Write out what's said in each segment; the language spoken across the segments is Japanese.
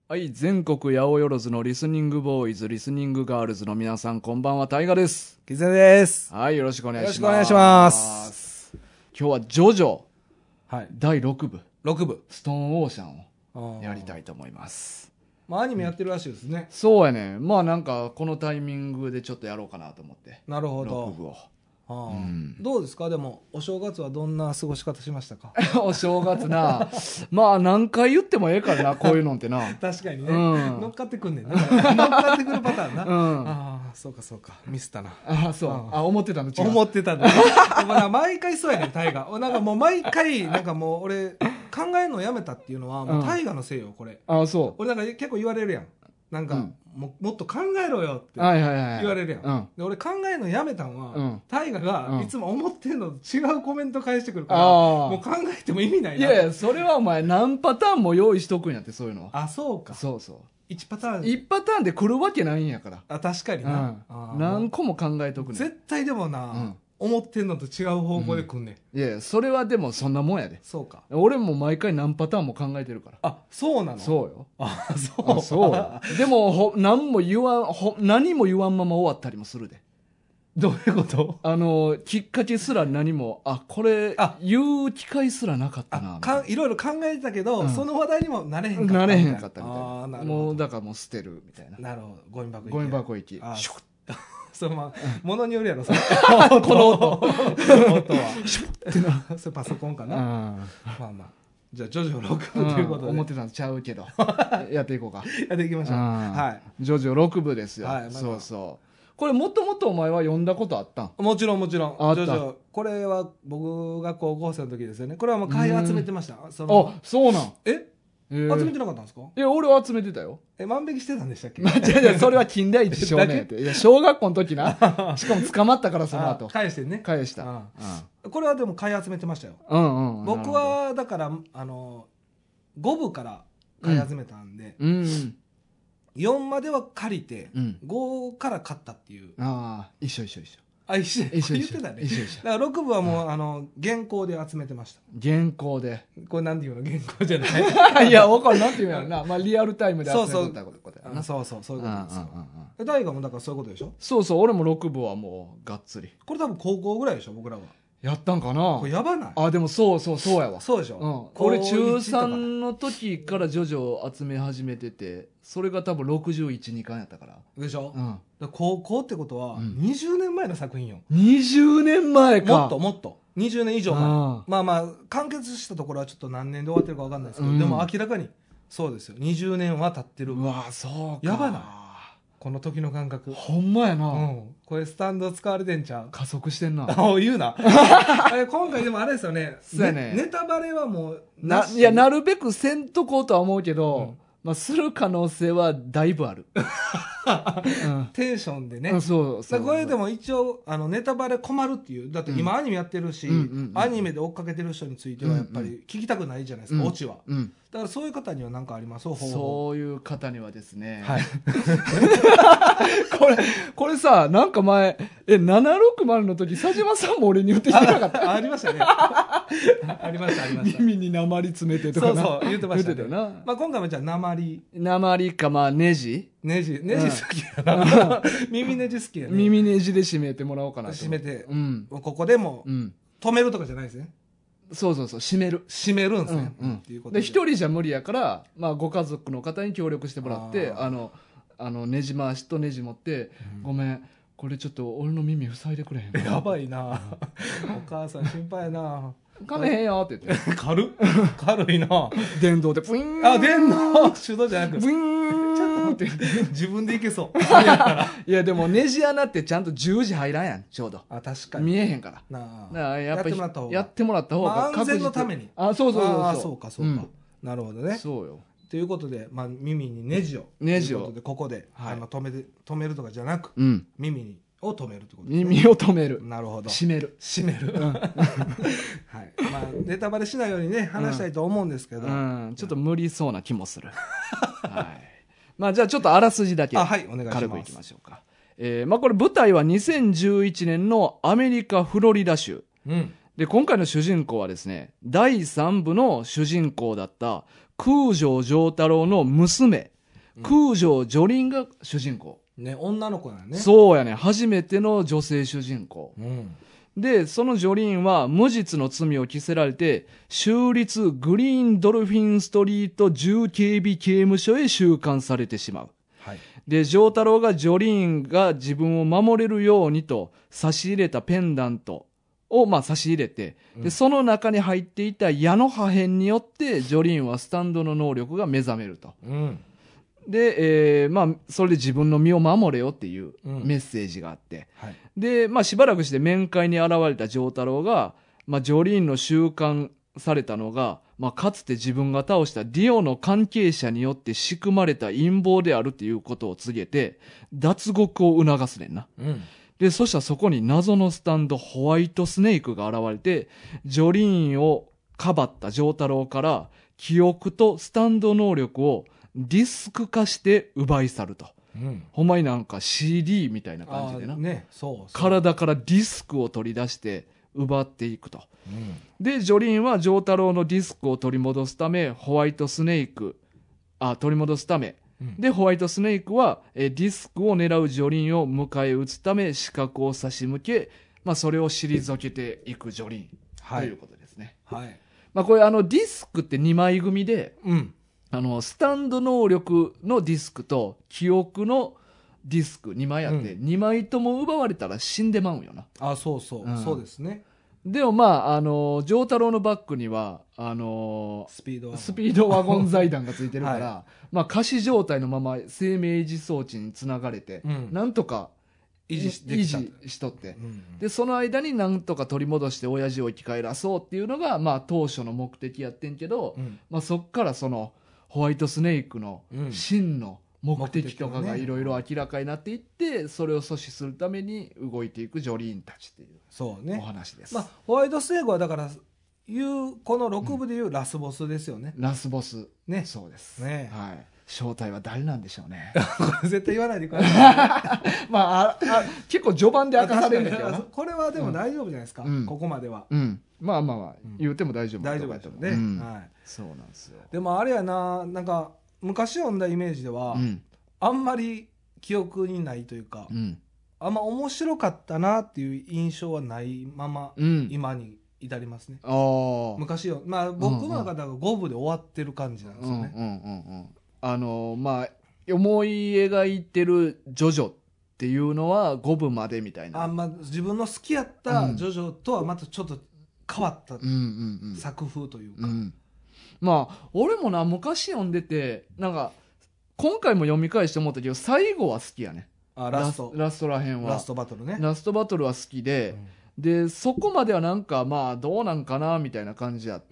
はい、全国八百万のリスニングボーイズ、リスニングガールズの皆さん、こんばんは、タイガです。 キツネです。 はい、よろしくお願いします。 よろしくお願いします。 今日はジョジョ、 はい、 第6部、 ストーンオーシャンをやりたいと思います。 まあアニメやってるらしいですね。 そうやね。まあなんかこのタイミングでちょっとやろうかなと思って。 なるほど。 6部を。 どうですか？でもお正月はどんな過ごし方しましたか？ お正月なまあ何回言ってもええからな、こういうのってな。 確かにね、乗っかってくんねんな。乗っかってくるパターンな、ああそうかそうか、ミスったな。 あそう、思ってたの違う。 思ってたの毎回そうやねん、タイガなんかもう毎回なんかもう俺考えるのやめたっていうのはもうタイガのせいよこれ。 あそう。 俺なんか結構言われるやん、なんか、もっと考えろよって言われるやん、で俺考えるのやめたんは、タイガがいつも思ってんのと違うコメント返してくるから、もう考えても意味ないな。 いやいや、それはお前何パターンも用意しとくんやって、そういうのは。 あ、そうか。 そうそう。 1パターン。 1パターンで来るわけないんやから。 あ、確かにな。 何個も考えとくね。 絶対でもな、思ってんのと違う方向で来んねん。 いや、それはでもそんなもんやで。 そうか。 俺も毎回何パターンも考えてるから。 あ、そうなの？ そうよ。 あ、そう。 そうよ。でも何も言わんまま終わったりもするで。 どういうこと？ きっかけすら何も、これ、言う機会すらなかったな。 いろいろ考えてたけど、その話題にもなれへんかった。 なれへんかったみたいな。 もう、だからもう捨てるみたいな。 なるほど。ゴミ箱行き。 ゴミ箱行き。 シュッそのまま、ものによるやろ、そのこの音は。 シュッってな。それパソコンかな。まあまあ。じゃあ、ジョジョ6部ということで。 思ってたのちゃうけど。やっていこうか。 やっていきましょう。はい。 ジョジョ6部ですよ。そうそう。これもともとお前は読んだことあったん？ もちろん。ジョジョ、これは僕が高校生の時ですよね。これはもう買い集めてました。 あ、そうなん。 集めてなかったんですか？ いや、俺は集めてたよ。 万引きしてたんでしたっけ？ 違う、それは金田一少年って。いや、小学校の時な。しかも捕まったから、その後。 返してね。 返した。 これはでも買い集めてましたよ。僕は、だから、5部から買い集めたんで、4までは借りて、5から買ったっていう。 一緒。 一緒言ってたね。だから6部はもう、原稿で集めてました。 原稿で。 これなんていうの？原稿じゃない。 いや、わかる。なんていうのやろな。まあ、リアルタイムで集めてたことやな。 そういうことですよ。大河もだからそういうことでしょ？ そう、俺も6部はもう、がっつり。 これ多分高校ぐらいでしょ、僕らは。 やったんかな。 これやばない？ でもそうやわ。 そうでしょ。 俺中3の時からジョジョを集め始めてて、それが多分61、2巻やったから。 でしょ？高校ってことは、20年前の作品よ。 20年前か。 もっと。20年以上前。まあまあ、完結したところはちょっと何年で終わってるか分かんないですけど、でも明らかに、そうですよ。20年は経ってる。 うわ、そうか。やばない？この時の感覚。 ほんまやな。 これスタンド使われてんちゃう？ 加速してんな。 言うな。今回でもあれですよね。ネタバレはもういや、なるべくせんとこうとは思うけど、まあ、する可能性はだいぶある。 テンションでね。 そう。 これでも一応、ネタバレ困るっていう。だって今アニメやってるし、アニメで追っかけてる人についてはやっぱり聞きたくないじゃないですか、オチは。だからそういう方には何かあります？ そういう方にはですね。 はい。 これさ、なんか前、760の時、佐島さんも俺に言ってきてなかった？ ありましたね。ありました。 耳に鉛詰めてとかな。 そう、言ってましたね。 言ってたよな。 まあ今回もじゃあ鉛か、まあネジ好きやな。耳ネジ好きやね。 耳ネジで締めてもらおうかなと。 締めて。ここでも、止めるとかじゃないですね。 そう、締めるんですね。 で、一人じゃ無理やから、まあ、ご家族の方に協力してもらって、ネジ回しとネジ持って、ごめん、これちょっと俺の耳塞いでくれへんか？ やばいな。お母さん心配やな。 かめへんよって言って。 軽いな。 電動で、ブイーン。 電動手動じゃなくて。 ブイーンって。 自分でいけそう。 いや、でもネジ穴ってちゃんと10時入らんやん、ちょうど。 確かに。 見えへんから。 やってもらった方が。 やってもらった方が安全のために。 そうか。なるほどね。 そうよ。 ということで、耳にネジを。ここで、止めるとかじゃなく、耳を止めるってことですね。 耳を止める。 なるほど。 締める。 はい。まあ、ネタバレしないようにね、話したいと思うんですけど。 ちょっと無理そうな気もする。はい。まあ、じゃあちょっとあらすじだけ。 はい、お願いします。 軽くいきましょうか。まあこれ舞台は2011年のアメリカ・フロリダ州。で、今回の主人公はですね、第3部の主人公だった空城城太郎の娘、 空城ジョリンが主人公。 ね、女の子なんね。 そうやね。初めての女性主人公。 うん。 で、そのジョリーンは無実の罪を着せられて、州立グリーンドルフィンストリート重警備刑務所へ収監されてしまう。 はい。 で、丈太郎がジョリーンが自分を守れるようにと差し入れたペンダントを差し入れて、で、その中に入っていた矢の破片によってジョリーンはスタンドの能力が目覚めると。 うん。 で、それで自分の身を守れよっていうメッセージがあって、 はい。 で、しばらくして面会に現れた丈太郎が、ジョリーンの収監されたのが、かつて自分が倒したディオの関係者によって仕組まれた陰謀であるっていうことを告げて、脱獄を促すねんな。 うん。 で、そしたらそこに謎のスタンド、ホワイトスネークが現れて、ジョリーンをかばった丈太郎から、記憶とスタンド能力をディスク化して奪い去ると。 うん。 ほんまになんか CD みたいな感じでな。 ね、そう。 体からディスクを取り出して奪っていくと。 うん。 で、ジョリーンは丈太郎のディスクを取り戻すため、ホワイトスネーク、取り戻すため、で、ホワイトスネークは、ディスクを狙うジョリーンを迎え撃つため、視覚を差し向け、それを退けていくジョリーン、ということですね。 はい。 これディスクって2枚組で、 うん。 スタンド能力のディスクと記憶のディスク2枚あって、2枚とも奪われたら死んでまうんよな。 あ、そうそう。そうですね。 でも丈太郎のバックには、 スピードワゴン財団がついてるから、仮死状態のまま生命維持装置につながれて、なんとか維持しとって、で、その間になんとか取り戻して親父を生き返らそうっていうのが、当初の目的やってんけど、そっからその、ホワイトスネークの真の目的とかがいろいろ明らかになっていって、それを阻止するために動いていくジョリーンたちっていうお話です。 ホワイトスネークはだからこの6部でいうラスボスですよね。 ラスボス。 ね。 そうです。 ね。 はい。正体は誰なんでしょうね。 絶対言わないでください。結構序盤で明かされるんだけどな。 これはでも大丈夫じゃないですか。ここまでは。 言うても大丈夫。 大丈夫ですよね。はい。 そうなんですよ。 でもあれやな、なんか昔読んだイメージでは、あんまり記憶にないというか、あんま面白かったなっていう印象はないまま、今に至りますね。昔よ、僕の中では5部で終わってる感じなんですよね。 思い描いてるジョジョっていうのは5部までみたいな。 自分の好きやったジョジョとはまたちょっと変わった作風というか。 俺もな、昔読んでて、なんか、今回も読み返して思ったけど、最後は好きやね。ラストらへんは。 ラストバトルね。 ラストバトルは好きで、で、そこまではなんか、どうなんかな、みたいな感じあって、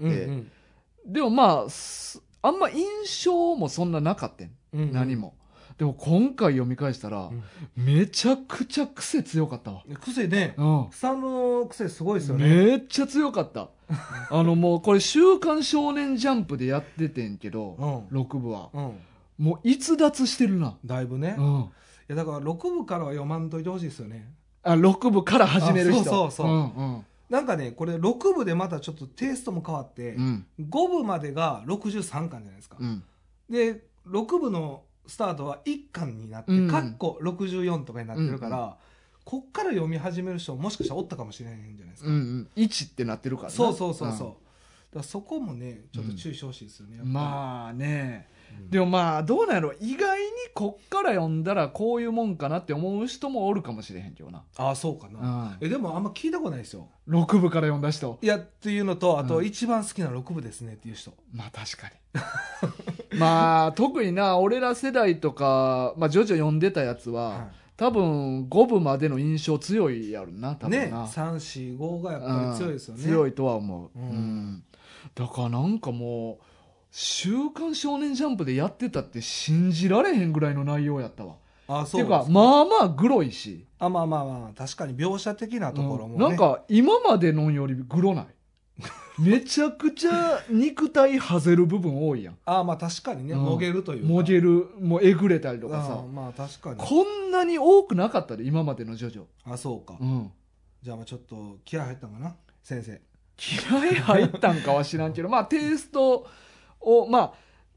でもあんま印象もそんななかったん。何も。でも今回読み返したら、めちゃくちゃ癖強かったわ。 癖ね。3の癖すごいですよね。 めっちゃ強かった。もうこれ週刊少年ジャンプでやっててんけど、6部は。もう逸脱してるな。 だいぶね。いやだから6部からは読まんといてほしいですよね。 6部から始める人。 なんかね、これ6部でまたちょっとテイストも変わって、5部までが63巻じゃないですか。で、6部のスタートは1巻になって、かっこ64とかになってるから、こっから読み始める人もしかしたらおったかもしれないんじゃないですか。 1ってなってるからね。 そう。だからそこもね、ちょっと注意してほしいですよね。 でもどうなんやろ、意外にこっから読んだらこういうもんかなって思う人もおるかもしれへんけどな。 そうかな。でもあんま聞いたことないですよ。 6部から読んだ人。 いや、っていうのと、あと一番好きな6部ですねっていう人。 確かに。特にな、俺ら世代とか、ジョジョ読んでたやつは、多分5部までの印象強いやるな、多分な。 3、4、5がやっぱり強いですよね。 強いとは思う。だからなんかもう、週刊少年ジャンプでやってたって信じられへんぐらいの内容やったわ。っていうか、グロいし。 確かに描写的なところもね。 なんか、今までのよりグロない。めちゃくちゃ肉体はぜる部分多いやん。 確かにね、もげるというか。 もげる、もうえぐれたりとかさ。 確かに。 こんなに多くなかったで、今までのジョジョ。 そうか。じゃあちょっと気合入ったんかな、先生。 気合入ったんかは知らんけど、テイストを、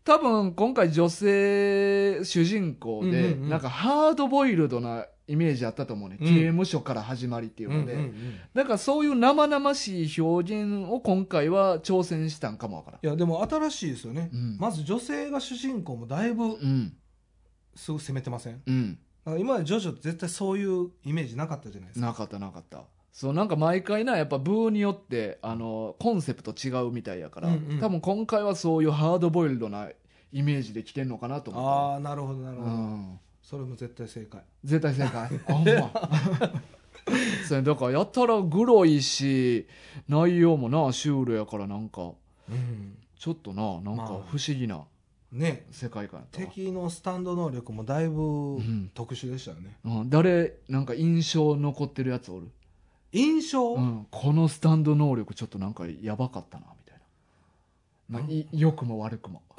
多分今回女性主人公で、なんかハードボイルドなイメージあったと思うね、刑務所から始まりっていうので、だからそういう生々しい表現を今回は挑戦したんかもわからん。 いやでも新しいですよね、まず女性が主人公もだいぶすごく攻めてません、だから今までジョジョって絶対そういうイメージなかったじゃないですか。 なかったそうなんか毎回なやっぱ部によってコンセプト違うみたいやから、多分今回はそういうハードボイルドなイメージで来てんのかなと思った。 ああなるほどなるほど、それも絶対正解あほんまそれだからやたらグロいし内容もなシュールやからなんか、ちょっとなんか不思議な世界観やったわ。 敵のスタンド能力もだいぶ特殊でしたよね、 誰なんか印象残ってるやつおる？ 印象、 このスタンド能力ちょっとなんかやばかったなみたいな、良くも悪くも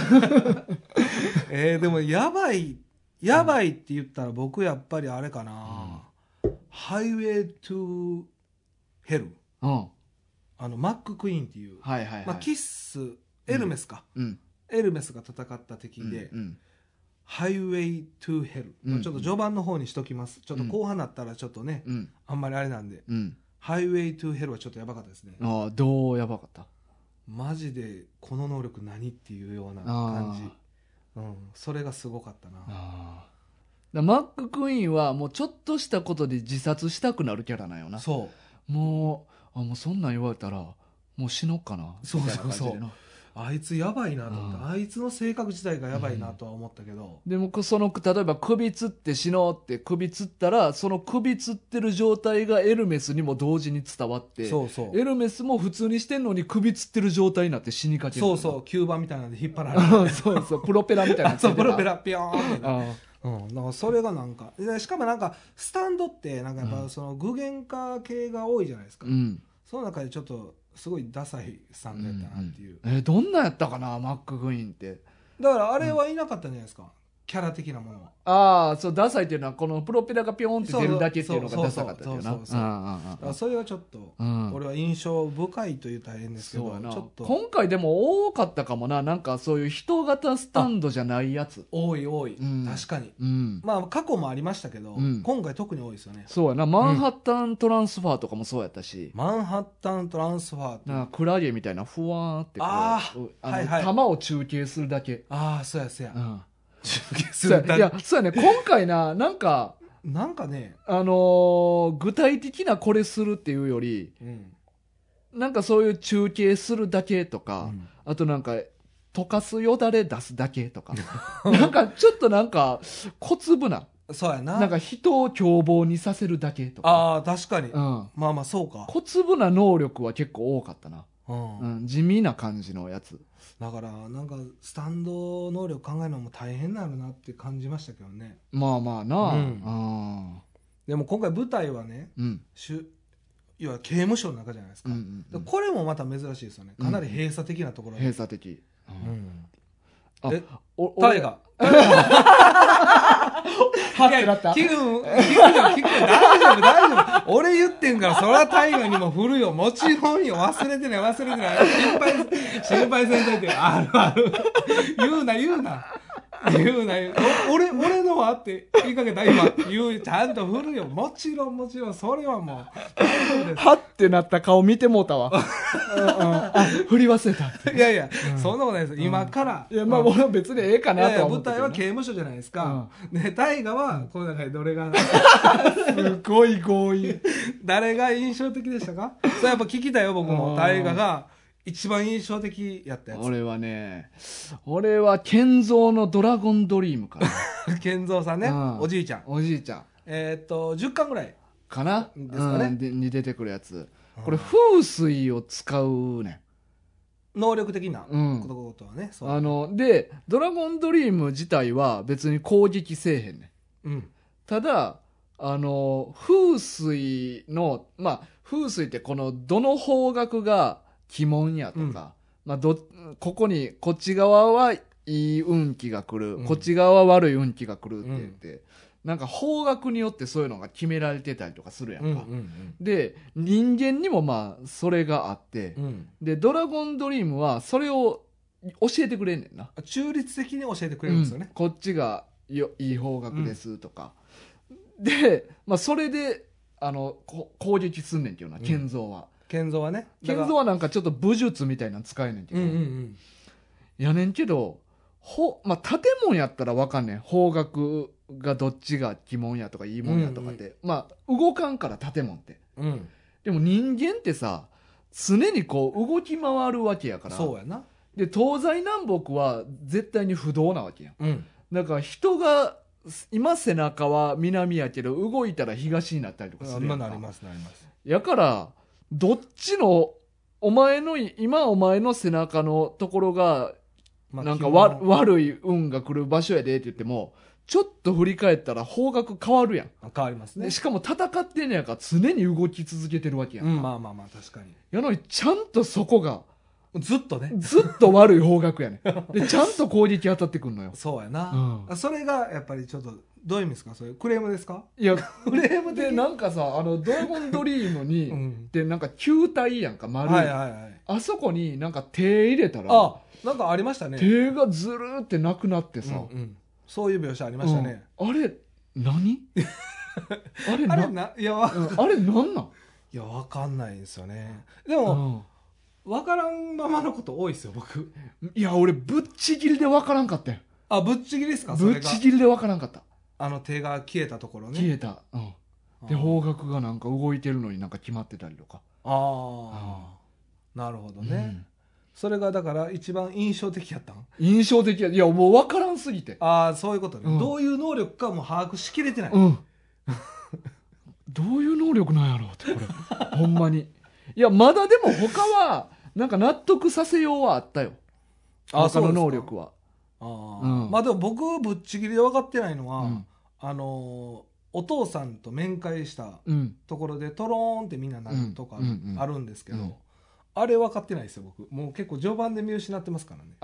でもやばいって言ったら僕やっぱりあれかな、ハイウェイトゥヘル、マッククイーンっていう、キッスエルメスか、エルメスが戦った敵で、ハイウェイトゥヘル、ちょっと序盤の方にしときます。ちょっと後半になったらちょっとね、あんまりあれなんで、ハイウェイトゥヘルはちょっとやばかったですね。 どうやばかった？ マジでこの能力何っていうような感じ、それがすごかったな。 マッククイーンはもうちょっとしたことで自殺したくなるキャラなんよな。もうそんなん言われたらもう死のっかな。 そうあいつやばいなと思って、あいつの性格自体がやばいなとは思ったけど、 でも例えば首つって死のうって首つったらその首つってる状態がエルメスにも同時に伝わって、エルメスも普通にしてんのに首つってる状態になって死にかける。 吸盤みたいなんで引っ張られてプロペラみたいなプロペラピヨーンってだからそれがなんかしかもなんかスタンドってなんかやっぱその具現化系が多いじゃないですか、その中でちょっとすごいダサいスタンドやったなっていう、 どんなやったかなマッククイーンって。 だからあれはいなかったんじゃないですか、キャラ的なものは。そうダサいっていうのはこのプロペラがピョンって出るだけっていうのがダサかったっていうな。 だからそれはちょっと、俺は印象深いと言ったら変ですけど、ちょっと今回でも多かったかもな。なんかそういう人型スタンドじゃないやつ多い、確かに、まあ過去もありましたけど、今回特に多いですよね。 そうやな、マンハッタントランスファーとかもそうやったし、 マンハッタントランスファーってクラゲみたいなふわーって弾を中継するだけ。 そうやいやそうやね。今回なんかね、 具体的なこれするっていうより、なんかそういう中継するだけとか、あとなんか溶かすよだれ出すだけとかなんかちょっとなんか小粒な、 そうやな、 なんか人を凶暴にさせるだけとか。 確かに、まあそうか、 小粒な能力は結構多かったな。地味な感じのやつだからなんかスタンド能力考えるのも大変なるなって感じましたけどね。 まあな、 でも今回舞台はね、要は刑務所の中じゃないですか、これもまた珍しいですよね。かなり閉鎖的なところ、 閉鎖的。 タイガはってなった。 聞く大丈夫俺言ってんから、それは大河にも振るよ。もちろんよ。忘れてない心配せんといて。ある言うな俺のはって言いかけた今ちゃんと振るよ。もちろんそれはもう大丈夫です。 はってなった顔見てもうたわ振り忘れたって。 いや、そんなことないです。今からいやまあ俺は別にええかなとは思ったけど、 舞台は刑務所じゃないですか、で大河はこの中でどれがすごい強引誰が印象的でしたか？それやっぱ聞きたよ。僕も大河が一番印象的やったやつ。 俺は健三のドラゴンドリームかな健三さんね、おじいちゃん10巻ぐらいかなですかね、 に出てくるやつ。これ風水を使うね、 能力的なことはね、 でドラゴンドリーム自体は別に攻撃せえへんね、ただ風水の風水ってこのどの方角が鬼門やとか、こっち側はいい運気が来る、こっち側は悪い運気が来るって言って、なんか方角によってそういうのが決められてたりとかするやんか、で人間にもそれがあって、でドラゴンドリームはそれを教えてくれんねんな。 中立的に教えてくれるんですよね。 こっちがいい方角ですとか。で、それで、攻撃すんねんけどな、建造は。 建造はね。 建造はなんかちょっと武術みたいなの使えんねんけど。やねんけど、建物やったらわかんねん。方角がどっちが鬼門やとかいいもんやとかって。動かんから建物って。でも人間ってさ、常にこう動き回るわけやから。 そうやな。 で、東西南北は絶対に不動なわけやん。だから人が、今背中は南やけど、動いたら東になったりとかするやんか。 なります。 やから、どっちの、今お前の背中のところが、なんか悪い運が来る場所やでって言っても、ちょっと振り返ったら方角変わるやん。 変わりますね。 しかも戦ってんねやから常に動き続けてるわけやん。 まあ確かに。 やのにちゃんとそこが、 ずっと悪い方角やねん。で、ちゃんと攻撃当たってくんのよ。 そうやな。それがやっぱりちょっと、どういう意味ですかそれクレームですか？ いや、クレームでなんかさ、ドラゴンドリームに、で、なんか球体やんか、丸い。あそこになんか手入れたら、 なんかありましたね。 手がずるーってなくなってさ。 そういう描写ありましたね。 あれ、何あれなんなん？ いや、わかんないですよね。でも、わからんままのこと多いですよ、僕。 いや、俺、ぶっちぎりでわからんかったよ。 ぶっちぎりですか？ ぶっちぎりでわからんかった。 手が消えたところね。 消えた。で、方角がなんか動いてるのになんか決まってたりとか。 なるほどね。それがだから一番印象的やったん？ 印象的や。いや、もうわからんすぎて。 そういうことね。どういう能力かも把握しきれてない。 どういう能力なんやろうって、これ。ほんまに。いや、まだでも他は、なんか納得させようはあったよ。他の能力は。 でも僕ぶっちぎりで分かってないのは、お父さんと面会したところでトローンってみんななるとかあるんですけど、あれ分かってないですよ僕。もう結構序盤で見失ってますからね。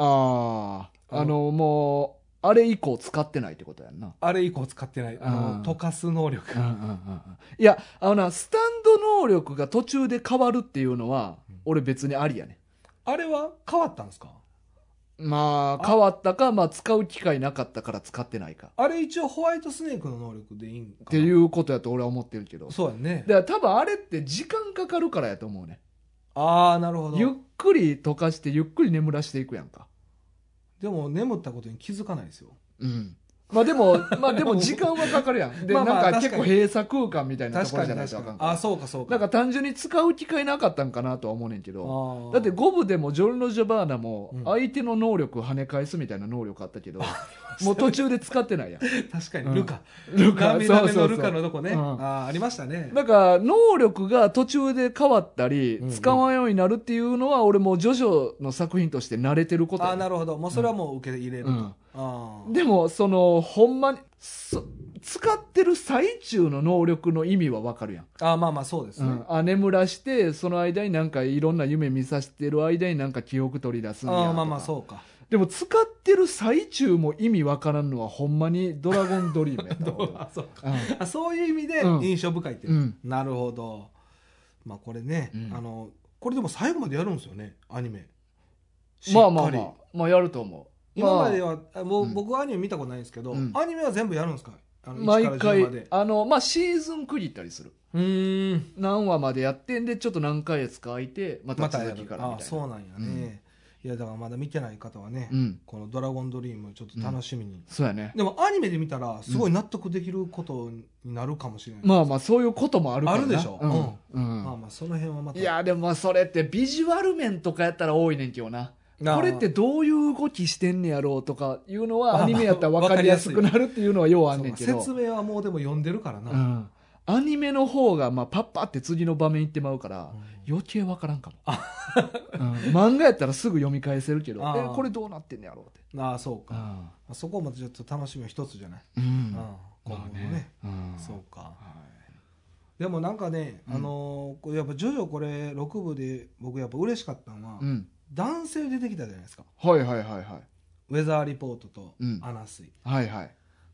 もうあれ以降使ってないってことやんな。 あれ以降使ってない。溶かす能力。 いや、スタンド能力が途中で変わるっていうのは、俺別にありやね。 あれは変わったんですか？ 変わったか、使う機会なかったから使ってないか。 あれ一応ホワイトスネークの能力でいいんかなっていうことやと俺は思ってるけど。 そうやね。 だから多分あれって時間かかるからやと思うね。 なるほど。 ゆっくり溶かしてゆっくり眠らしていくやんか。 でも眠ったことに気づかないですよ。 でも時間はかかるやん。で、なんか結構閉鎖空間みたいなところじゃないとあかんから。 そうか。 だから単純に使う機会なかったんかなとは思うねんけど。だって5部でもジョルノ・ジョバーナも相手の能力を跳ね返すみたいな能力あったけど、もう途中で使ってないやん。 確かに、ルカ。 涙目のルカのとこね。ありましたね。 だから能力が途中で変わったり、使わんようになるっていうのは俺もうジョジョの作品として慣れてることや。 なるほど。もうそれはもう受け入れると。 でもほんまに使ってる最中の能力の意味はわかるやん。 そうですね。 眠らしてその間になんかいろんな夢見させてる間になんか記憶取り出すんやとか。 そうか。 でも使ってる最中も意味わからんのはほんまにドラゴンドリームやったそういう意味で印象深いって、なるほど。これね、これでも最後までやるんですよね、アニメ。 やると思う。 今までは僕はアニメ見たことないんですけど、アニメは全部やるんですか？ 毎回シーズン区切ったりする。何話までやってんでちょっと何ヶ月か空いてまた続きからみたいな。 そうなんやね。いやだからまだ見てない方はね、このドラゴンドリームちょっと楽しみに。 そうやね。 でもアニメで見たらすごい納得できることになるかもしれない。 そういうこともあるからな。 あるでしょ。その辺はまた。 いやでもそれってビジュアル面とかやったら多いねんけどな。これってどういう動きしてんねやろうとかいうのはアニメやったら分かりやすくなるっていうのはようあんねんけど、 説明はもうでも読んでるからな。 アニメの方がパッパって次の場面行ってまうから余計分からんかも。漫画やったらすぐ読み返せるけどこれどうなってんねやろうって。 そうか。そこもちょっと楽しみの一つじゃない。今後もね。そうか。でもなんかね、やっぱジョジョこれ6部で僕やっぱ嬉しかったのは、男性出てきたじゃないですか。ウェザーリポートとアナスイ。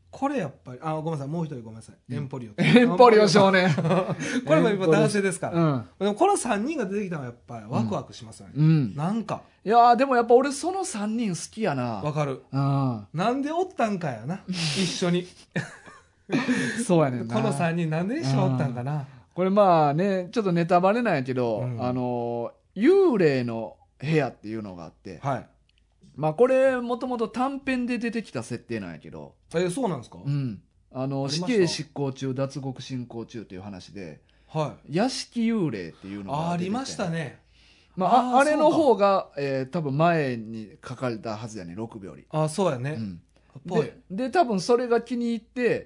これやっぱりごめんなさい、もう一人ごめんなさい、エンポリオエンポリオ少年これも今男性ですから、でもこの3人が出てきたのはやっぱりワクワクしますよね、なんかいやでもやっぱ俺その3人好きやな。 わかる、なんでおったんかやな一緒にそうやねんな、 この3人なんで一緒におったんかな。 これまあねちょっとネタバレなんやけど、幽霊の部屋っていうのがあって、 はい、 まあこれもともと短編で出てきた設定なんやけど、 そうなんですか。 死刑執行中脱獄進行中という話で、屋敷幽霊っていうのがありましたね。 あれの方が、多分前に書かれたはずやね、6部より。 そうやね、 で多分それが気に入って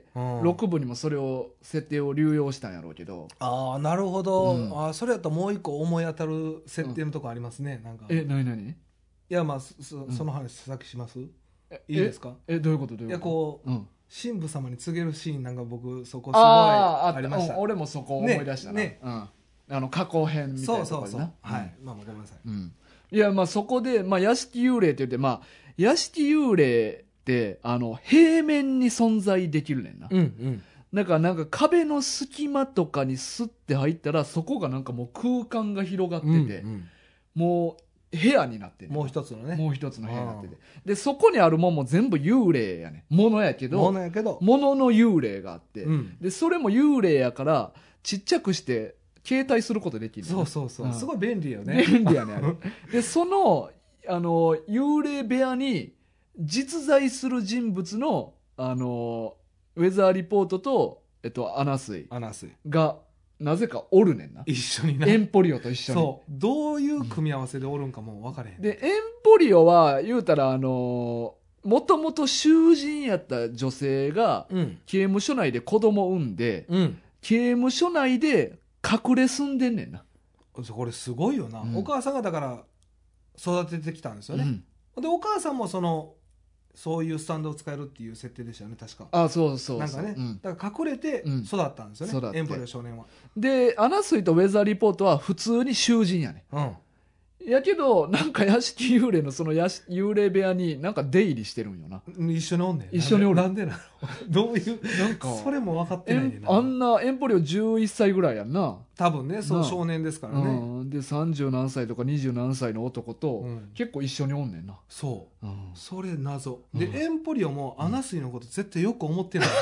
、6部にもそれを設定を流用したんやろうけど。 なるほど、それやったらもう一個思い当たる設定のとこありますね、なんか。 何いやまあその話さっきします、いいですか。 どういうこと。いやこう、神父様に告げるシーンなんか僕そこすごいありました。 俺もそこ思い出したな、過去編みたいなところでな。 はい、まあごめんなさい。 いやまあそこで、屋敷幽霊って言って、屋敷幽霊って平面に存在できるねんな。なんか壁の隙間とかにスッて入ったらそこがなんかもう空間が広がってて、もう部屋になってる、 もう一つのね、 もう一つの部屋になってて、でそこにあるもんも全部幽霊やねん。ものやけどものの幽霊があって、でそれも幽霊やからちっちゃくして携帯することできる。 そう、すごい便利よね。 便利やねあれでその幽霊部屋に実在する人物のウェザーリポートとアナスイがなぜかおるねんな、 一緒にな。 エンポリオと一緒に。 そう、どういう組み合わせでおるんかもう分かれへん。 でエンポリオは言うたらもともと囚人やった女性が刑務所内で子供を産んで、刑務所内で隠れ住んでんねんな。 これすごいよな、お母さんがだから育ててきたんですよね、でお母さんもそういうスタンドを使えるっていう設定でしたよね、確か。 そうなんかね、だから隠れて育ったんですよね、エンポリオ少年は。 でアナスイとウェザーリポートは普通に囚人やね、やけどなんか屋敷幽霊のその幽霊部屋になんか出入りしてるんよな。 一緒におんねん。 一緒におる。 なんでなのどういうなんかそれも分かってないねんな。 あんなエンポリオ11歳ぐらいやんな、 多分ね。そう少年ですからね、 で30何歳とか20何歳の男と結構一緒におんねんな。 そう、それ謎で、エンポリオもアナスイのこと絶対よく思ってない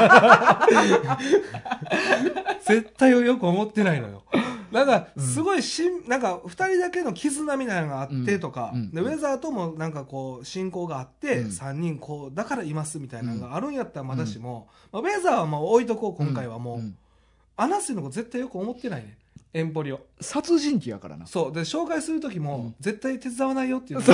絶対よく思ってないのよ。なんかすごいなんか2人だけの絆みたいなのがあってとか、でウェザーともなんかこう親交があって、3人こうだからいますみたいなのがあるんやったらまだしも、ウェザーはもう置いとこう今回はもう、アナスイのこと絶対よく思ってないね、エンポリオ。 殺人鬼やからな。 そうで紹介する時も、絶対手伝わないよっていうそう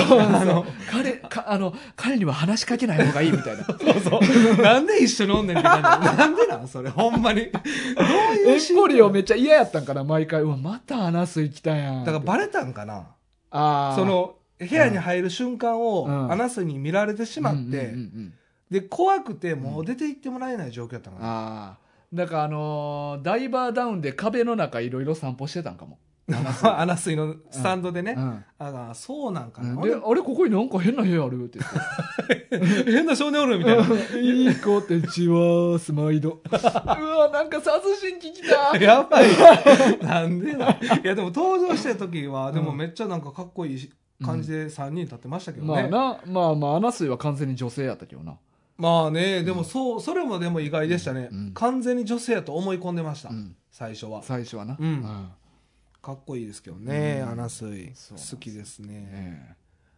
彼には話しかけない方がいいみたいなそうなんで一緒におんねんって感じなんでなんそれほんまにどういうエンポリオめっちゃ嫌やったんかな、毎回。またアナスイ来たやん。 だからバレたんかな、その部屋に入る瞬間をアナスイに見られてしまって、で怖くてもう出て行ってもらえない状況やったんかな。 だからダイバーダウンで壁の中いろいろ散歩してたんかもアナスイのスタンドでね、そうなんかな、 であれここになんか変な部屋あるって言って変な少年おるみたいないい子てちはスマイドうわなんか殺人鬼来たやばいなんでないやでも登場した時はでもめっちゃなんかかっこいい感じで3人立ってましたけどね、 まあアナスイは完全に女性やったけどな。 まあね、でもそれもでも意外でしたね、完全に女性やと思い込んでました、最初はな、かっこいいですけどね、アナスイ好きですね、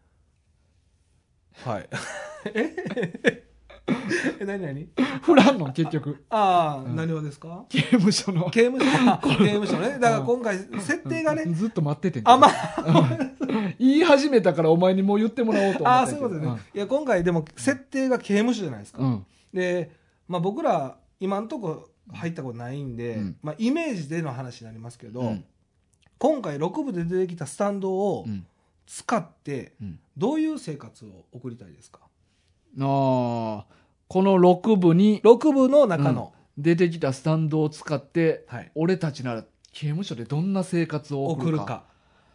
はい何振らんの結局。 何をですか。 刑務所ね。 だから今回設定がね、 ずっと待ってて言い始めたからお前にもう言ってもらおうと思って。 そういうことね。いや今回でも設定が刑務所じゃないですか。で僕ら今んとこ入ったことないんで、イメージでの話になりますけど、今回6部で出てきたスタンドを使ってどういう生活を送りたいですか。 この6部の中の出てきたスタンドを使って、俺たちなら刑務所でどんな生活を送るか。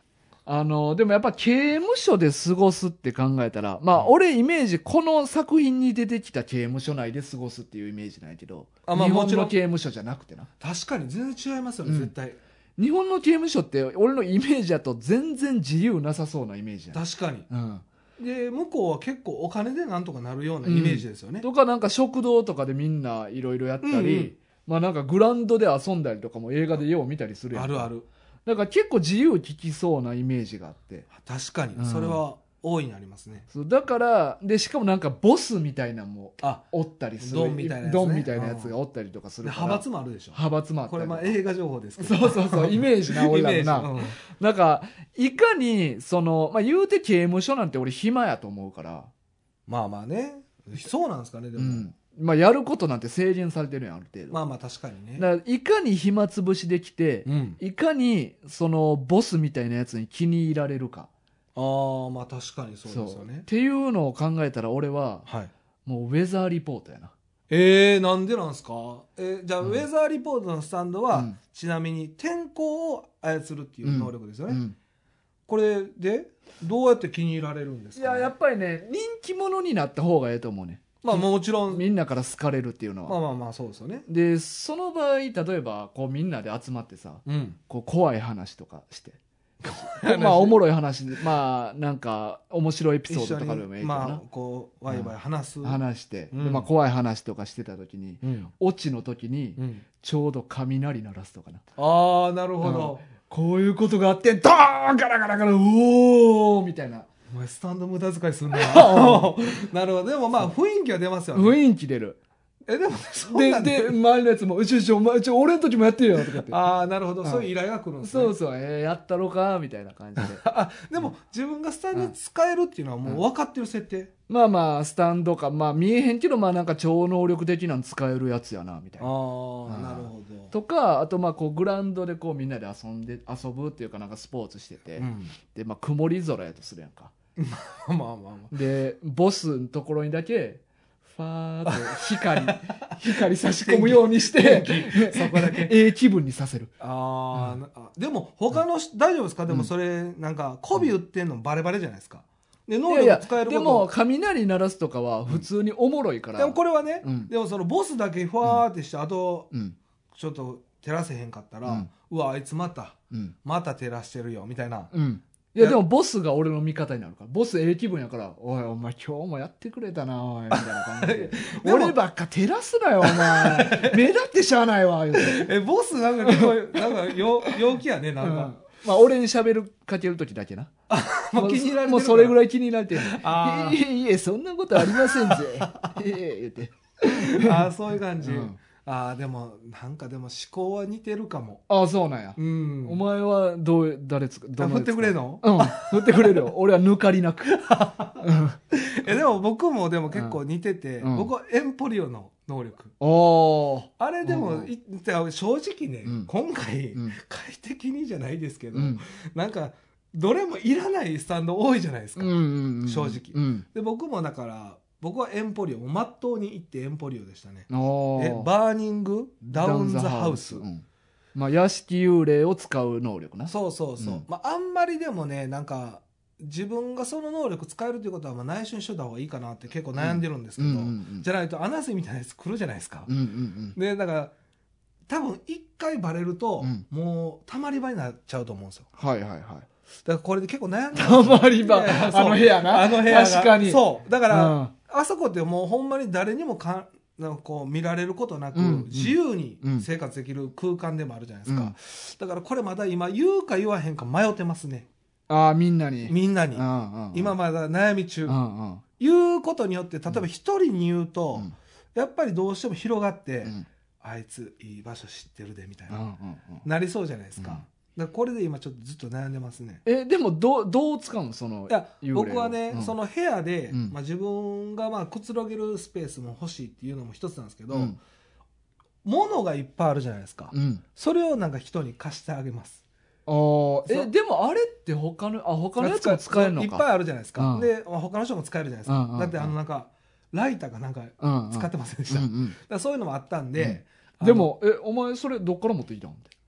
でもやっぱ刑務所で過ごすって考えたら、まあ俺イメージ、この作品に出てきた刑務所内で過ごすっていうイメージないけど、 まあ、 日本の刑務所じゃなくてな。 確かに全然違いますよね、絶対。 日本の刑務所って俺のイメージだと全然自由なさそうなイメージや。 確かに。で向こうは結構お金でなんとかなるようなイメージですよね。 とかなんか食堂とかでみんないろいろやったり、まあなんかグラウンドで遊んだりとかも映画でよう見たりするやん。 あるある。 だから結構自由利きそうなイメージがあって。 確かにそれは大いにありますね。 そうだからでしかもなんかボスみたいなのもおったりする。 ドンみたいなやつね。 ドンみたいなやつがおったりとかするから。 派閥もあるでしょ。 派閥もあったり。 これまあ映画情報ですけど。 そうそうそうイメージな俺らのな。なんかいかにそのまあ言うて刑務所なんて俺暇やと思うから。 まあまあね。そうなんですかねでも。 まあやることなんて制限されてるやんある程度。 まあまあ確かにね。 だからいかに暇つぶしできて、いかにそのボスみたいなやつに気に入られるか。 まあ確かにそうですよね。 っていうのを考えたら俺は、もうウェザーリポートやな。 なんでなんですか。じゃあ、ウェザーリポートのスタンドは、ちなみに天候を操るっていう能力ですよね。これでどうやって気に入られるんですか、 いややっぱりね人気者になった方がええと思うね。 まあもちろんみんなから好かれるっていうのはまあまあまあそうですよね。 でその場合例えばこうみんなで集まってさ、こう怖い話とかしてまあおもろい話でまあなんか面白いエピソードとかでもいいかな。 まあこうワイワイ話して、でまあ怖い話とかしてた時に、オチの時にちょうど雷鳴らすとかな。 なるほど。 こういうことがあってドーンガラガラガラおーみたいな。 お前スタンド無駄遣いすんな。なるほど。でもまあ雰囲気は出ますよね。 雰囲気出る。 でもそうなんで周りのやつも俺の時もやってるよとか言って。 なるほど。そういう依頼が来るんですね。 そうそうやったろかみたいな感じで。 でも自分がスタンド使えるっていうのはもう分かってる設定。 まあまあスタンドかまあ見えへんけどまあなんか超能力的なの使えるやつやなみたいな。 なるほど。 とかあとまあこうグラウンドでこうみんなで遊ぶっていうかなんかスポーツしてて、でまあ曇り空やとするやんか。 まあまあまあ。 でボスのところにだけファーッと光差し込むようにしてそこだけ気分にさせる。 でも他の大丈夫ですか。でもそれなんか媚び売ってんのバレバレじゃないですか。で能力使えること。 でも雷鳴らすとかは普通におもろいから。 でもこれはね、でもそのボスだけファーってしてあとちょっと照らせへんかったら、うわあいつまた照らしてるよみたいな。 いやでもボスが俺の味方になるからボス気分やからおいお前今日もやってくれたなおいみたいな感じで俺ばっか照らすなよお前目立ってしゃあないわ言うてボスなんか結構なんか陽気やねなんか、 まあ俺に喋るかける時だけなもう気に入られてるもうそれぐらい気に入られてるいえそんなことありませんぜ言うてそういう感じ、でもなんかでも思考は似てるかも。 そうなんや。お前は誰振ってくれるの？ 振ってくれるよ。俺は抜かりなく。 でも僕もでも結構似てて、僕はエンポリオの能力。あれでも正直ね、今回快適にじゃないですけど、なんかどれもいらないスタンド多いじゃないですか。正直。で僕もだから僕はエンポリオまっとうに行ってエンポリオでしたね。バーニングダウンザハウス、 まあ屋敷幽霊を使う能力な。 そう、まああんまりでもねなんか自分がその能力使えるということはまあ内緒にしといた方がいいかなって結構悩んでるんですけど、じゃないと穴瀬みたいなやつ来るじゃないですか。でだから多分一回バレると、もうたまり場になっちゃうと思うんですよ。 だからこれで結構悩んでたまり場あの部屋な。確かにそうだから、あそこってもうほんまに誰にもなんかこう見られることなく、自由に生活できる空間でもあるじゃないですか。だからこれまだ今言うか言わへんか迷ってますね。 みんなに今まだ悩み中、言うことによって例えば一人に言うと、やっぱりどうしても広がって、あいついい場所知ってるでみたいな、なりそうじゃないですか。だからこれで今ちょっとずっと悩んでますね。 でもどう使うのその。 いや僕はね、その部屋で、自分がまあくつろげるスペースも欲しいっていうのも一つなんですけど、物がいっぱいあるじゃないですか、それをなんか人に貸してあげます。 でもあれって他のやつも使えるのか。 いっぱいあるじゃないですか、で他の人も使えるじゃないですか、だってなんかライターかなんか使ってませんでした、だからそういうのもあったんで、 でもお前それどっから持ってきたん？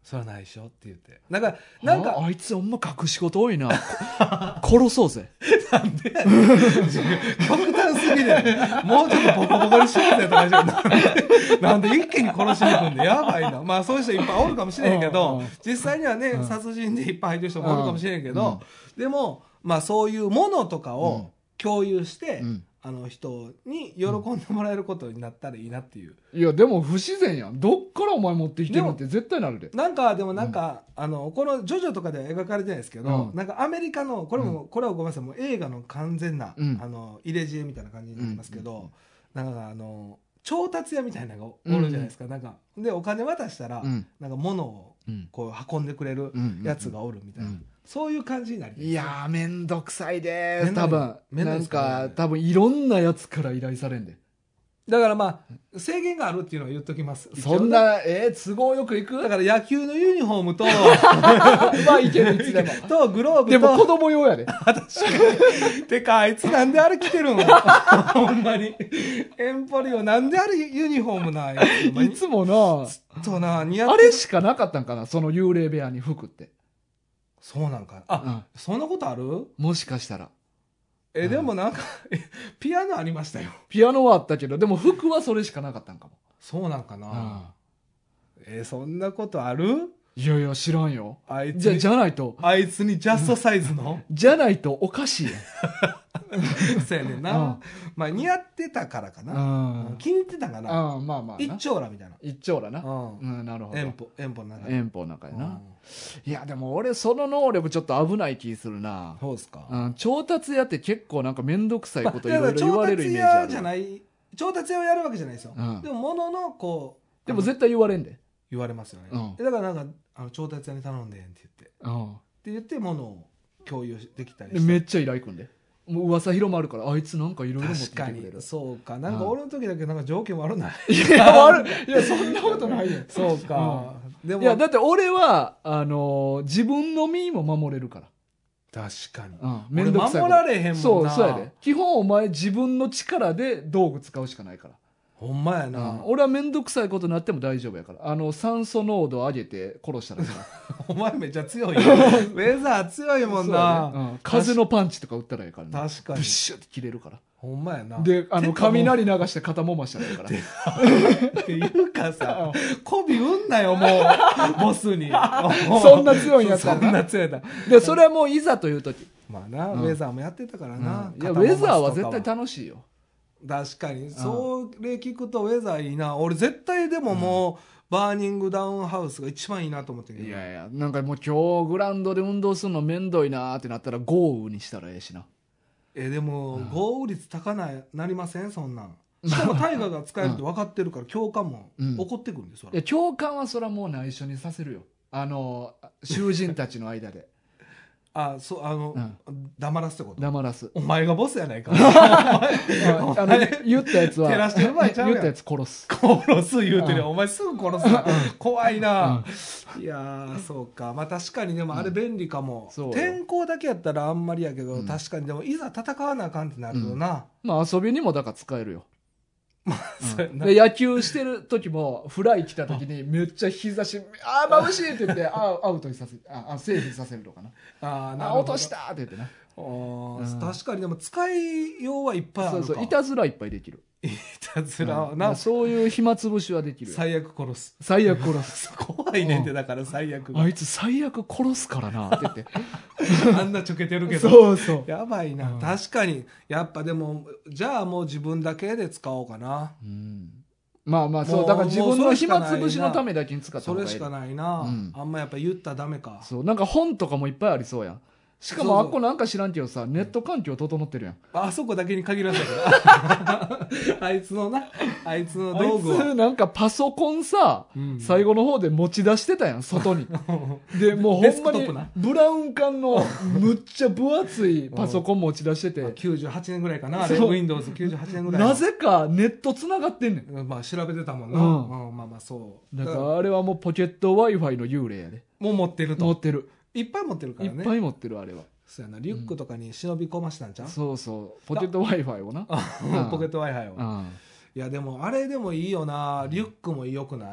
それはないでしょって言ってなんかあいつほんま隠し事多いな殺そうぜなんでやねん極端すぎるやんもうちょっとボコボコにしようぜとかなんで一気に殺しに行くんでやばいな。まあそういう人いっぱいおるかもしれへんけど実際にはね殺人でいっぱい入ってる人もおるかもしれへんけどでもまあそういうものとかを共有して、人に喜んでもらえることになったらいいなっていう。 いやでも不自然やん。どっからお前持ってきてるのって絶対なるで。 でもこのジョジョとかでは描かれてないですけど、なんかアメリカのこれはごめんなさいもう映画の完全な、入れ知恵みたいな感じになりますけど、なんか調達屋みたいなのがおるじゃないですか。なんかでお金渡したら、なんか物をこう運んでくれるやつがおるみたいな。そういう感じになります。 いやーめんどくさいでーす多分なんか多分いろんなやつから依頼されんで。 だからまあ制限があるっていうのは言っときます。 そんな都合よくいく。 だから野球のユニフォームとまあいけるいつでもとグローブとでも子供用やで。 確かにてかあいつなんであれ着てるのほんまにエンポリオなんであれユニフォームないいつもなずっとな似合ってあれしかなかったんかなその幽霊部屋に服って。 そうなんかなそんなことある？ もしかしたらでもなんかピアノありましたよ。 ピアノはあったけどでも服はそれしかなかったんかも。 そうなんかな、そんなことある？ いやいや知らんよ。 あいつじゃないとあいつにジャストサイズのじゃないとおかしいやんそうやねんな、まあ似合ってたからかな、気に入ってたかな、 まあまあ一丁羅みたいな一丁羅な、なるほど遠歩の中遠歩の中やな、いやでも俺その能力ちょっと危ない気するな。 そうですか、 調達屋って結構なんか面倒くさいこといろいろ言われるイメージある。 調達屋じゃない調達屋をやるわけじゃないですよ、でも物のこうでも絶対言われんで。 言われますよね、だからなんか調達屋に頼んでんって言って物を共有できたりしてめっちゃ依頼くんでもう噂広まるからあいつなんかいろいろ持ってきてくれる。 確かにそうかなんか俺の時だけなんか条件悪ないいやそんなことないよそうか、 でもいやだって俺は自分の身も守れるから。 確かに、 面倒くさい守られへんもんな。 そうやで基本お前自分の力で道具使うしかないから。 ほんまやな、 俺は面倒くさいことになっても大丈夫やから酸素濃度を上げて殺したらさお前めっちゃ強いよウェザー強いもんな、 風のパンチとか打ったらいいからね。 確かにブッシュって切れるから。 ほんまやな。 で雷流して肩もましたらいいからっていうかさ媚び売んなよもうボスにそんな強いんやったらそんな強いんだでそれはもういざという時まあな、ウェザーもやってたからな、 いやウェザーは絶対楽しいよ。 確かにそれ聞くとウェザーいいな。俺絶対でももう、バーニングダウンハウスが一番いいなと思ってる。 いやいやなんかもう今日グラウンドで運動するのめんどいなーってなったら豪雨にしたらええしな。 でも、豪雨率高なりませんそんなん。しかも大河が使えるって分かってるから共感も起こってくるんですよ、 いや共感はそれはもう内緒にさせるよ囚人たちの間で黙らすってこと。 黙らす。 お前がボスやないか言ったやつは照らしてる場合ちゃうやん。 言ったやつ殺す言うてるよ、お前すぐ殺すな怖いな、いやーそうか。まあ確かにでもあれ便利かも、天候だけやったらあんまりやけど、確かにでもいざ戦わなあかんってなるとな、 まあ遊びにもだから使えるよ。で野球してる時もフライ来た時にめっちゃ日差し眩しいって言ってアウトにさせセーフにさせるとかな。落としたって言ってな。 確かにでも使いようはいっぱいあるか。 そういたずらいっぱいできる。 いたずらな、 そういう暇つぶしはできる。 最悪殺す怖いねんってだから最悪あいつ最悪殺すからなって言ってあんなちょけてるけどそうやばいな、確かに。やっぱでもじゃあもう自分だけで使おうかな、 まあそうだから自分の暇つぶしのためだけに使った方がいい。 それしかないな、あんまやっぱ言ったらダメか。 そうなんか本とかもいっぱいありそうやん。しかもあっこなんか知らんけどさネット環境整ってるやん。 あそこだけに限らせるあいつの道具あいつなんかパソコンさ、最後の方で持ち出してたやん外にでもうほんまにブラウン管のむっちゃ分厚いパソコン持ち出してて 98年ぐらいかなあれ Windows98 年ぐらいなぜかネットつながってんねん。 まあ調べてたもんな、まあそうだからあれはもうポケット Wi-Fi の幽霊やで。 もう持ってると。 持ってる。 いっぱい持ってるからね。 いっぱい持ってるあれは。 そうやな、リュックとかに忍び込ましたんちゃう？ そうポケット Wi-Fi をなポケット Wi-Fi を、いやでもあれでもいいよな。リュックも良くない？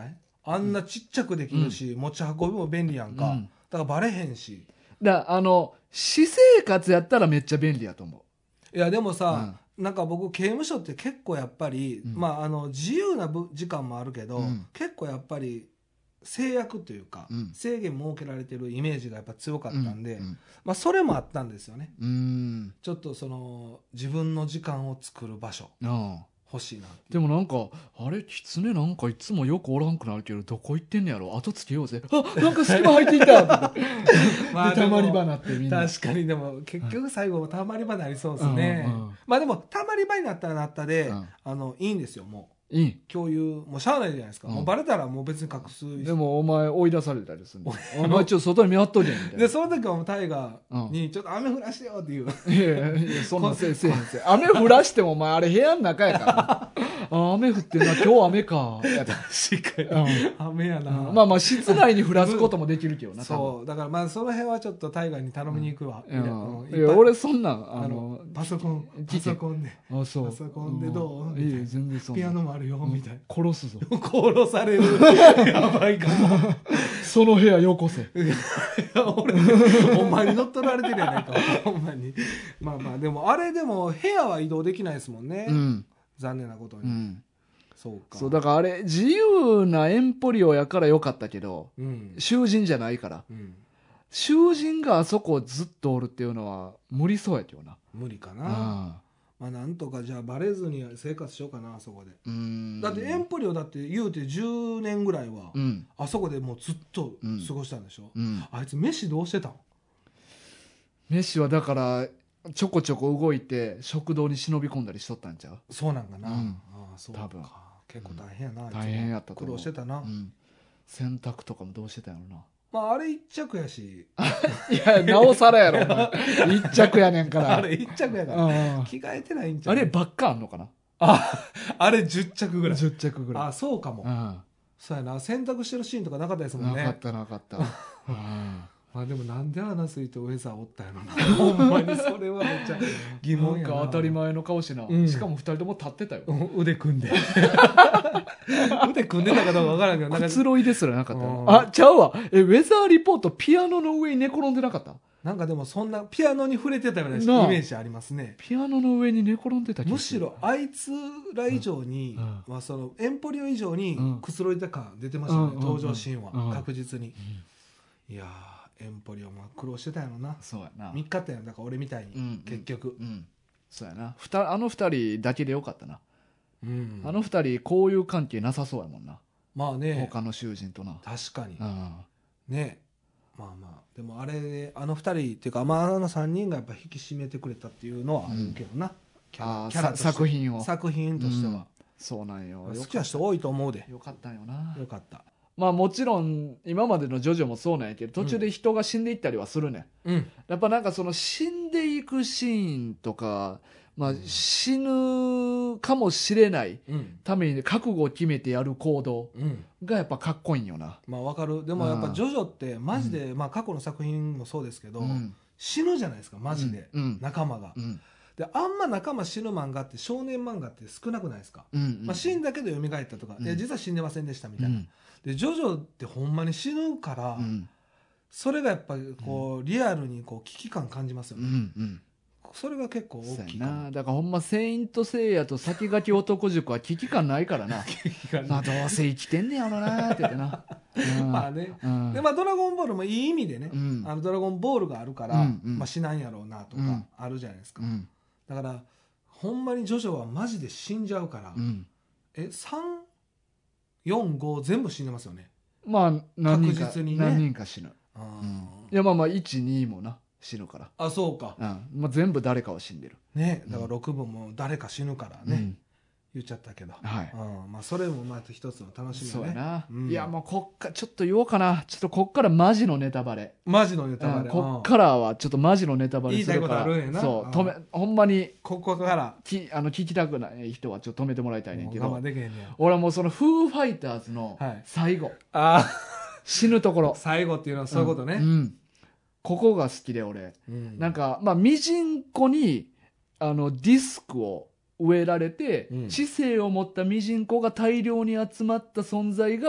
あんなちっちゃくできるし、持ち運びも便利やんか、だからバレへんし。 私生活やったらめっちゃ便利やと思う。いやでもさ、なんか僕刑務所って結構やっぱり、自由な時間もあるけど、結構やっぱり制約というか、制限設けられてるイメージがやっぱ強かったんで、それもあったんですよね。ちょっとその自分の時間を作る場所欲しいな。 でもなんかあれ狐なんかいつもよくおらんくなるけどどこ行ってんねやろ、後つけようぜ、あなんか隙間入っていたってたまり場なってみんな。 確かに。でも結局最後たまり場になりそうですね。まあでもたまり場になったらなったで、いいんですよ。もう共有もうしゃあないじゃないですか、もうバレたらもう別に隠す。 でもお前追い出されたりするお前ちょっと外に見張っとけみたいな。 でその時はもうタイガーにちょっと雨降らしてよっていう。 いやそんなせえへんせえ。雨降らしてもお前あれ部屋の中やから雨降ってんな今日雨か。 確かに雨やな。 まあまあ室内に降らすこともできるけどな。 そうだからまあその辺はちょっとタイガーに頼みに行くわ。 いや俺そんなんパソコンでどう全然そんなピアノもあるよみたいな。 殺すぞ。 殺される。やばいかも。 その部屋よこせ。 俺お前に乗っ取られてるやないかほんまに。まあまあでもあれでも部屋は移動できないですもんね、残念なことに、そうか。 そうだからあれ自由なエンポリオやからよかったけど、囚人じゃないから、囚人があそこずっとおるっていうのは無理そうやけどな。 無理かな。まあなんとかじゃあバレずに生活しようかな、あそこで。だってエンポリオだって言うて10年ぐらいは、あそこでもうずっと過ごしたんでしょ、あいつ飯どうしてたん？ 飯はだからちょこちょこ動いて食堂に忍び込んだりしとったんちゃう？ そうなんかな、ああそうか。 多分結構大変やな、 大変やったと思う。 苦労してたな、 洗濯とかもどうしてたんやろな。 まああれ一着やし。 いやなおさらやろお前一着やねんからあれ一着やから、着替えてないんちゃう？ あればっかあんのかな。 あれ10着ぐらい。 10着ぐらい。 あそうかも、そうやな。洗濯してるシーンとかなかったですもんね。 なかったまあでもなんでアナスイとウェザーおったんやろな。ほんまにそれはめっちゃ疑問やな。 なんか当たり前の顔してな、しかも2人とも立ってたよ、 腕組んで腕組んでたかどうか分からんけど、 くつろいですらなかったよ。あちゃうわ、ウェザーリポートピアノの上に寝転んでなかった？ なんかでもそんなピアノに触れてたようなイメージありますね。 ピアノの上に寝転んでた気がむしろあいつら以上に、まあ、そのエンポリオ以上にくつろいだ感出てましたね、登場シーンは、確実に。いやエンポリオも苦労してたやろな。 そうやな。3 日ったやんだから俺みたいに、結局、 そうやな。あの2人だけでよかったな、あの2人交友関係なさそうやもんな。 まあね、 他の囚人とな。 確かに、ね。まあまあでもあれあの2人っていうか、まあ、あの3人がやっぱ引き締めてくれたっていうのはあるけどな、キャラ作品としては、 そうなんよ。 好きな人多いと思うで。 よかったよな。 よかった。 まあもちろん今までのジョジョもそうなんやけど、途中で人が死んでいったりはするね、やっぱなんかその死んでいくシーンとか、まあ、死ぬかもしれないために覚悟を決めてやる行動がやっぱかっこいいんよな。 まあわかる。でもやっぱジョジョってマジで、まあ過去の作品もそうですけど、死ぬじゃないですかマジで、仲間が。であんま仲間死ぬ漫画って少年漫画って少なくないですか、まあ、死んだけど蘇ったとか、実は死んでませんでしたみたいな、でジョジョってほんまに死ぬから、それがやっぱりこうリアルにこう危機感感じますよね、それが結構大きいかな。 だからほんまセイントセイヤと先駆け男塾は危機感ないからなまあどうせ生きてんねやろなって言ってなまあね、でまあドラゴンボールもいい意味でね、ドラゴンボールがあるから、まあ死なんやろうなとかあるじゃないですか、だからほんまにジョジョはマジで死んじゃうから、345全部死んでますよね。 まあ何人か死ぬ、いやまあまあ12もな死ぬから。 あそうか、 まあ、全部誰かは死んでるね。だから6部も誰か死ぬからね、言っちゃったけど、まあそれもまた一つの楽しみだね。 そうやな、いやもうこっからちょっと言おうかな。ちょっとこっからマジのネタバレ、こっからはちょっとマジのネタバレするから、 言いたいことあるんやな。 そうほんまにここから聞きたくない人はちょっと止めてもらいたいねんけど、 我慢できへんねや。 俺はもうそのフーファイターズの最後、死ぬところ、 最後っていうのはそういうことね、 ここが好きで俺、なんかまあミジンコにディスクを植えられて、知性を持ったミジンコが大量に集まった存在が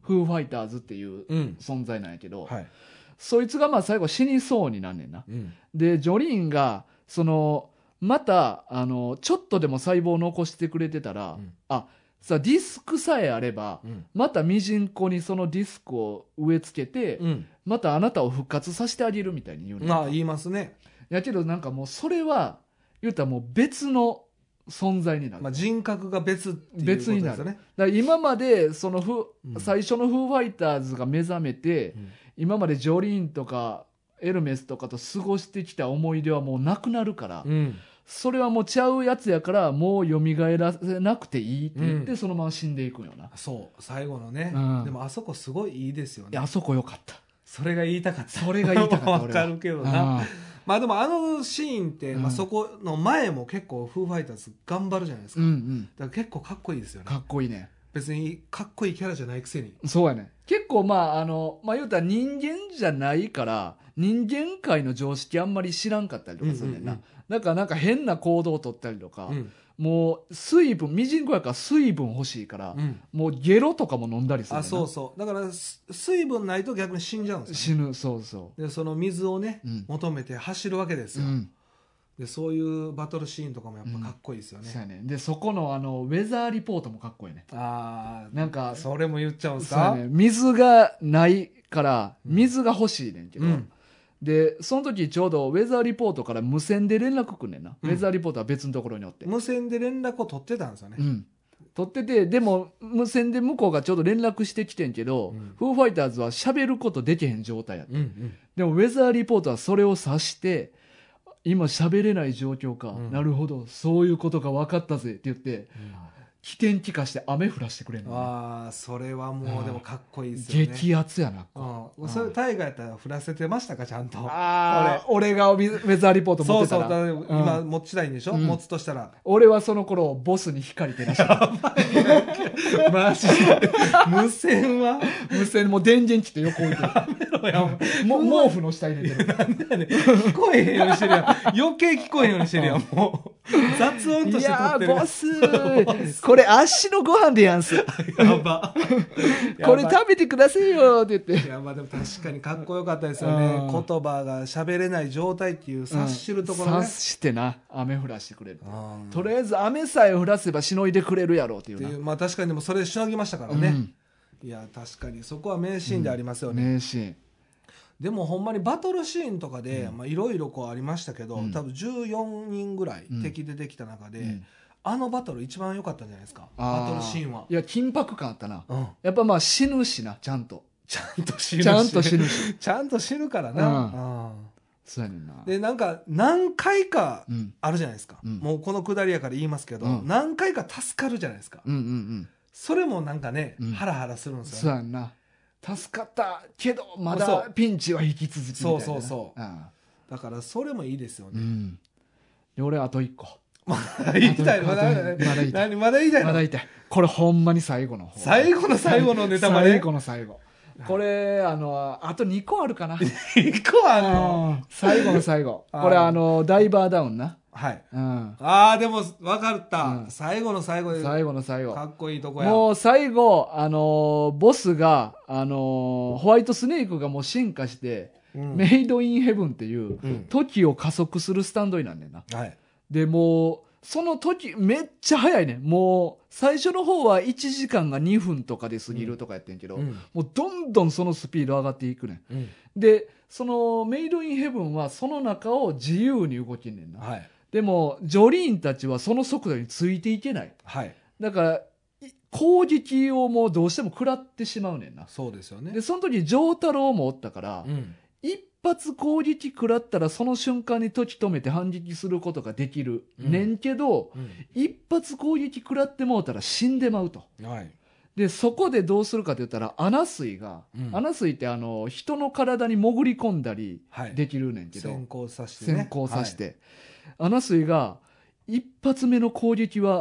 フーファイターズっていう存在なんやけど、 はい、 そいつがまあ最後死にそうになんねんな。でジョリーンがまたちょっとでも細胞を残してくれてたら、さディスクさえあれば、またミジンコにそのディスクを植え付けて、またあなたを復活させてあげるみたいに言うねん。 言いますね。 やけどなんかもうそれは言うたらもう別の存在になる、 人格が別っていうことですよね。別になる。だから今まで最初のフーファイターズが目覚めて、今までジョリーンとかエルメスとかと過ごしてきた思い出はもうなくなるから、それはもうちゃうやつやからもう蘇らせなくていいって言って、そのまま死んでいくんよな。 そう最後のね、でもあそこすごいいいですよね。 あそこよかった。 それが言いたかった。 それが言いたかった。 わかるけどな。でもシーンって、そこの前も結構フーファイターズ頑張るじゃないですか。だから結構かっこいいですよね。 かっこいいね。 別にかっこいいキャラじゃないくせに。 そうやね。結構言うたら人間じゃないから人間界の常識あんまり知らんかったりとかするねんな。だからなんか変な行動を取ったりとか、もうミジンコやから水分欲しいから、もうゲロとかも飲んだりする。 そうそう。だから水分ないと逆に死んじゃうんですよね。死ぬ。そうそう。 でその水をね、求めて走るわけですよ。でそういうバトルシーンとかもやっぱかっこいいですよね。 そうやね。でそこのウェザーリポートもかっこいいね。なんかそれも言っちゃうんですか。 そうやね。水がないから水が欲しいねんけど。でその時ちょうどウェザーリポートから無線で連絡くんねんな、ウェザーリポートは別のところにおって無線で連絡を取ってたんですよね、 取ってて、でも無線で向こうがちょうど連絡してきてんけど、フーファイターズは喋ることできへん状態やった、でもウェザーリポートはそれを指して今喋れない状況か、なるほどそういうことが分かったぜって言って、起点気化して雨降らしてくれるの、 ね、それはもうでもかっこいいですよね。 激アツやな。 それ大河やったら降らせてましたかちゃんと。 俺がウェザーリポート持ってたら。 そう今持ちたいんでしょ、持つとしたら。 俺はその頃ボスに光照らしたマジで無線もう電源切って横置いてる毛布の下入れてる。 なんでやねん、聞こえへんようにしてるやん。余計聞こえへんようにしてるやん。もう雑音として撮ってる。 いやボスこれ足のご飯でやんす。 やばこれ食べてくださいよって言って。 いやでも確かにかっこよかったですよね。言葉が喋れない状態っていう察しるところね、 察してな雨降らしてくれる。とりあえず雨さえ降らせばしのいでくれるやろうっていうな。 確かにでもそれしのぎましたからね、いや確かにそこは名シーンでありますよね、 名シーン。 でもほんまにバトルシーンとかでいろいろありましたけど、多分14人ぐらい敵出てきた中で、バトル一番良かったんじゃないですか、バトルシーンは。 いや緊迫感あったな、やっぱ死ぬしな、ちゃんと死ぬしちゃんと死ぬからな、 そうやねんな。 でなんか何回かあるじゃないですか、もうこのくだりやから言いますけど、何回か助かるじゃないですか、それもなんかね、ハラハラするんですよね。 そうやんな、助かったけどまだピンチは引き続きみたいな。 そうだからそれもいいですよね、 で俺あと1個まだ言いたいまだ言いたいこれほんまに最後の方、 最後のネタバレ、 最後の最後、これあと2個あるかな。 2個あるの、 最後の最後、これダイバーダウンな。 はい、でも分かった、最後の最後でかっこいいとこや。 もう最後ボスがホワイトスネークがもう進化して、メイドインヘブンっていう時を加速するスタンドになんねんな、でもうその時めっちゃ早いね。もう最初の方は1時間が2分とかで過ぎるとかやってんけど、もうどんどんそのスピード上がっていくね、でそのメイドインヘブンはその中を自由に動きんねんな、でもジョリーンたちはその速度についていけない、だから攻撃をもうどうしても食らってしまうねんな。 そうですよね。 でその時丈太郎もおったから、一発攻撃食らったらその瞬間に時止めて反撃することができる、ねんけど、一発攻撃食らってもうたら死んでまうと、でそこでどうするかと言ったらアナスイが、アナスイって人の体に潜り込んだりできるねんけど、 先行させて、 アナスイが一発目の攻撃は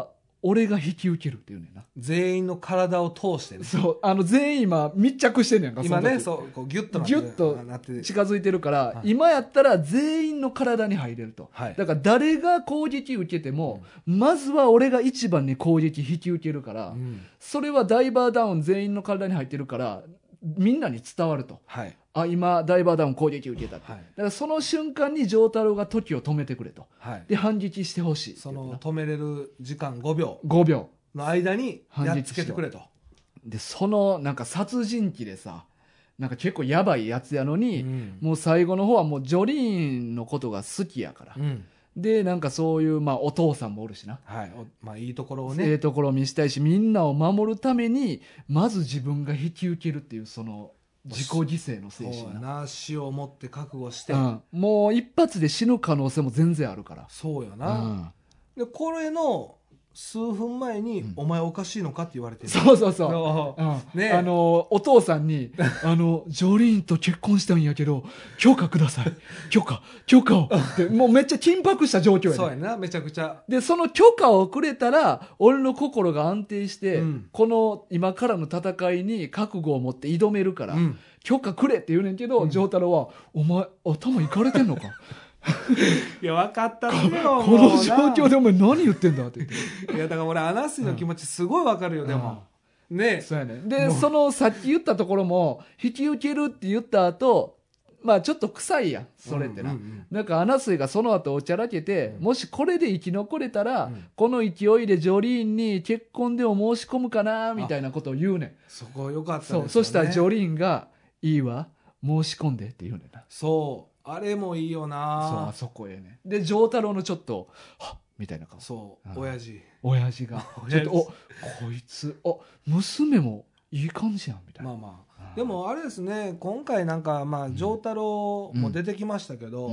俺が引き受けるっていうねんな。 全員の体を通してね。 そう、全員今密着してんねんか、 今ね、そう、こうギュッとギュッと近づいてるから、はい、今やったら全員の体に入れると。はい、だから誰が攻撃受けても、まずは俺が一番に攻撃引き受けるから、それはダイバーダウン全員の体に入ってるから、みんなに伝わると。はい、あ、今ダイバーダウン攻撃受けたって、はい、だからその瞬間に丈太郎が時を止めてくれと、はい、で反撃してほしい。 その止めれる時間5秒の間にやっつけてくれと。 でそのなんか殺人鬼でさ、なんか結構やばいやつやのに、もう最後の方はもうジョリーンのことが好きやから、でなんかそういう、まあ、お父さんもおるしな、はい、 まあ、いいところをね、 ところを見せたいし、みんなを守るためにまず自分が引き受けるっていう、その自己犠牲の精神な、死をもって覚悟して、 もう一発で死ぬ可能性も全然あるから。 そうやな、でこれの数分前に、お前おかしいのかって言われてる。 そうそうそう、ね、お父さんにジョリーンと結婚したんやけど許可ください、許可をってもうめっちゃ緊迫した状況やね。 そうやな、めちゃくちゃ。 でその許可をくれたら俺の心が安定して、この今からの戦いに覚悟を持って挑めるから、許可くれって言うねんけど、丈太郎はお前頭いかれてんのかいや分かったってよ、 この状況でお前何言ってんだって言っていやだから俺アナスイの気持ちすごい分かるよ、でもね。 そうやね。でそのさっき言ったところも引き受けるって言った後、まあちょっと臭いやんそれってな、なんかアナスイがその後おちゃらけて、もしこれで生き残れたら、この勢いでジョリーンに結婚でも申し込むかなみたいなことを言うねん。 そこよかったですよね。 そしたらジョリーンがいいわ申し込んでって言うねんな。 そうあれもいいよな。 そう、あそこへね。で丈太郎のちょっとはっみたいな顔。 そう、親父がちょっとこいつ娘もいい感じやんみたいな。 まあでもあれですね、今回なんかまあ丈太郎も出てきましたけど、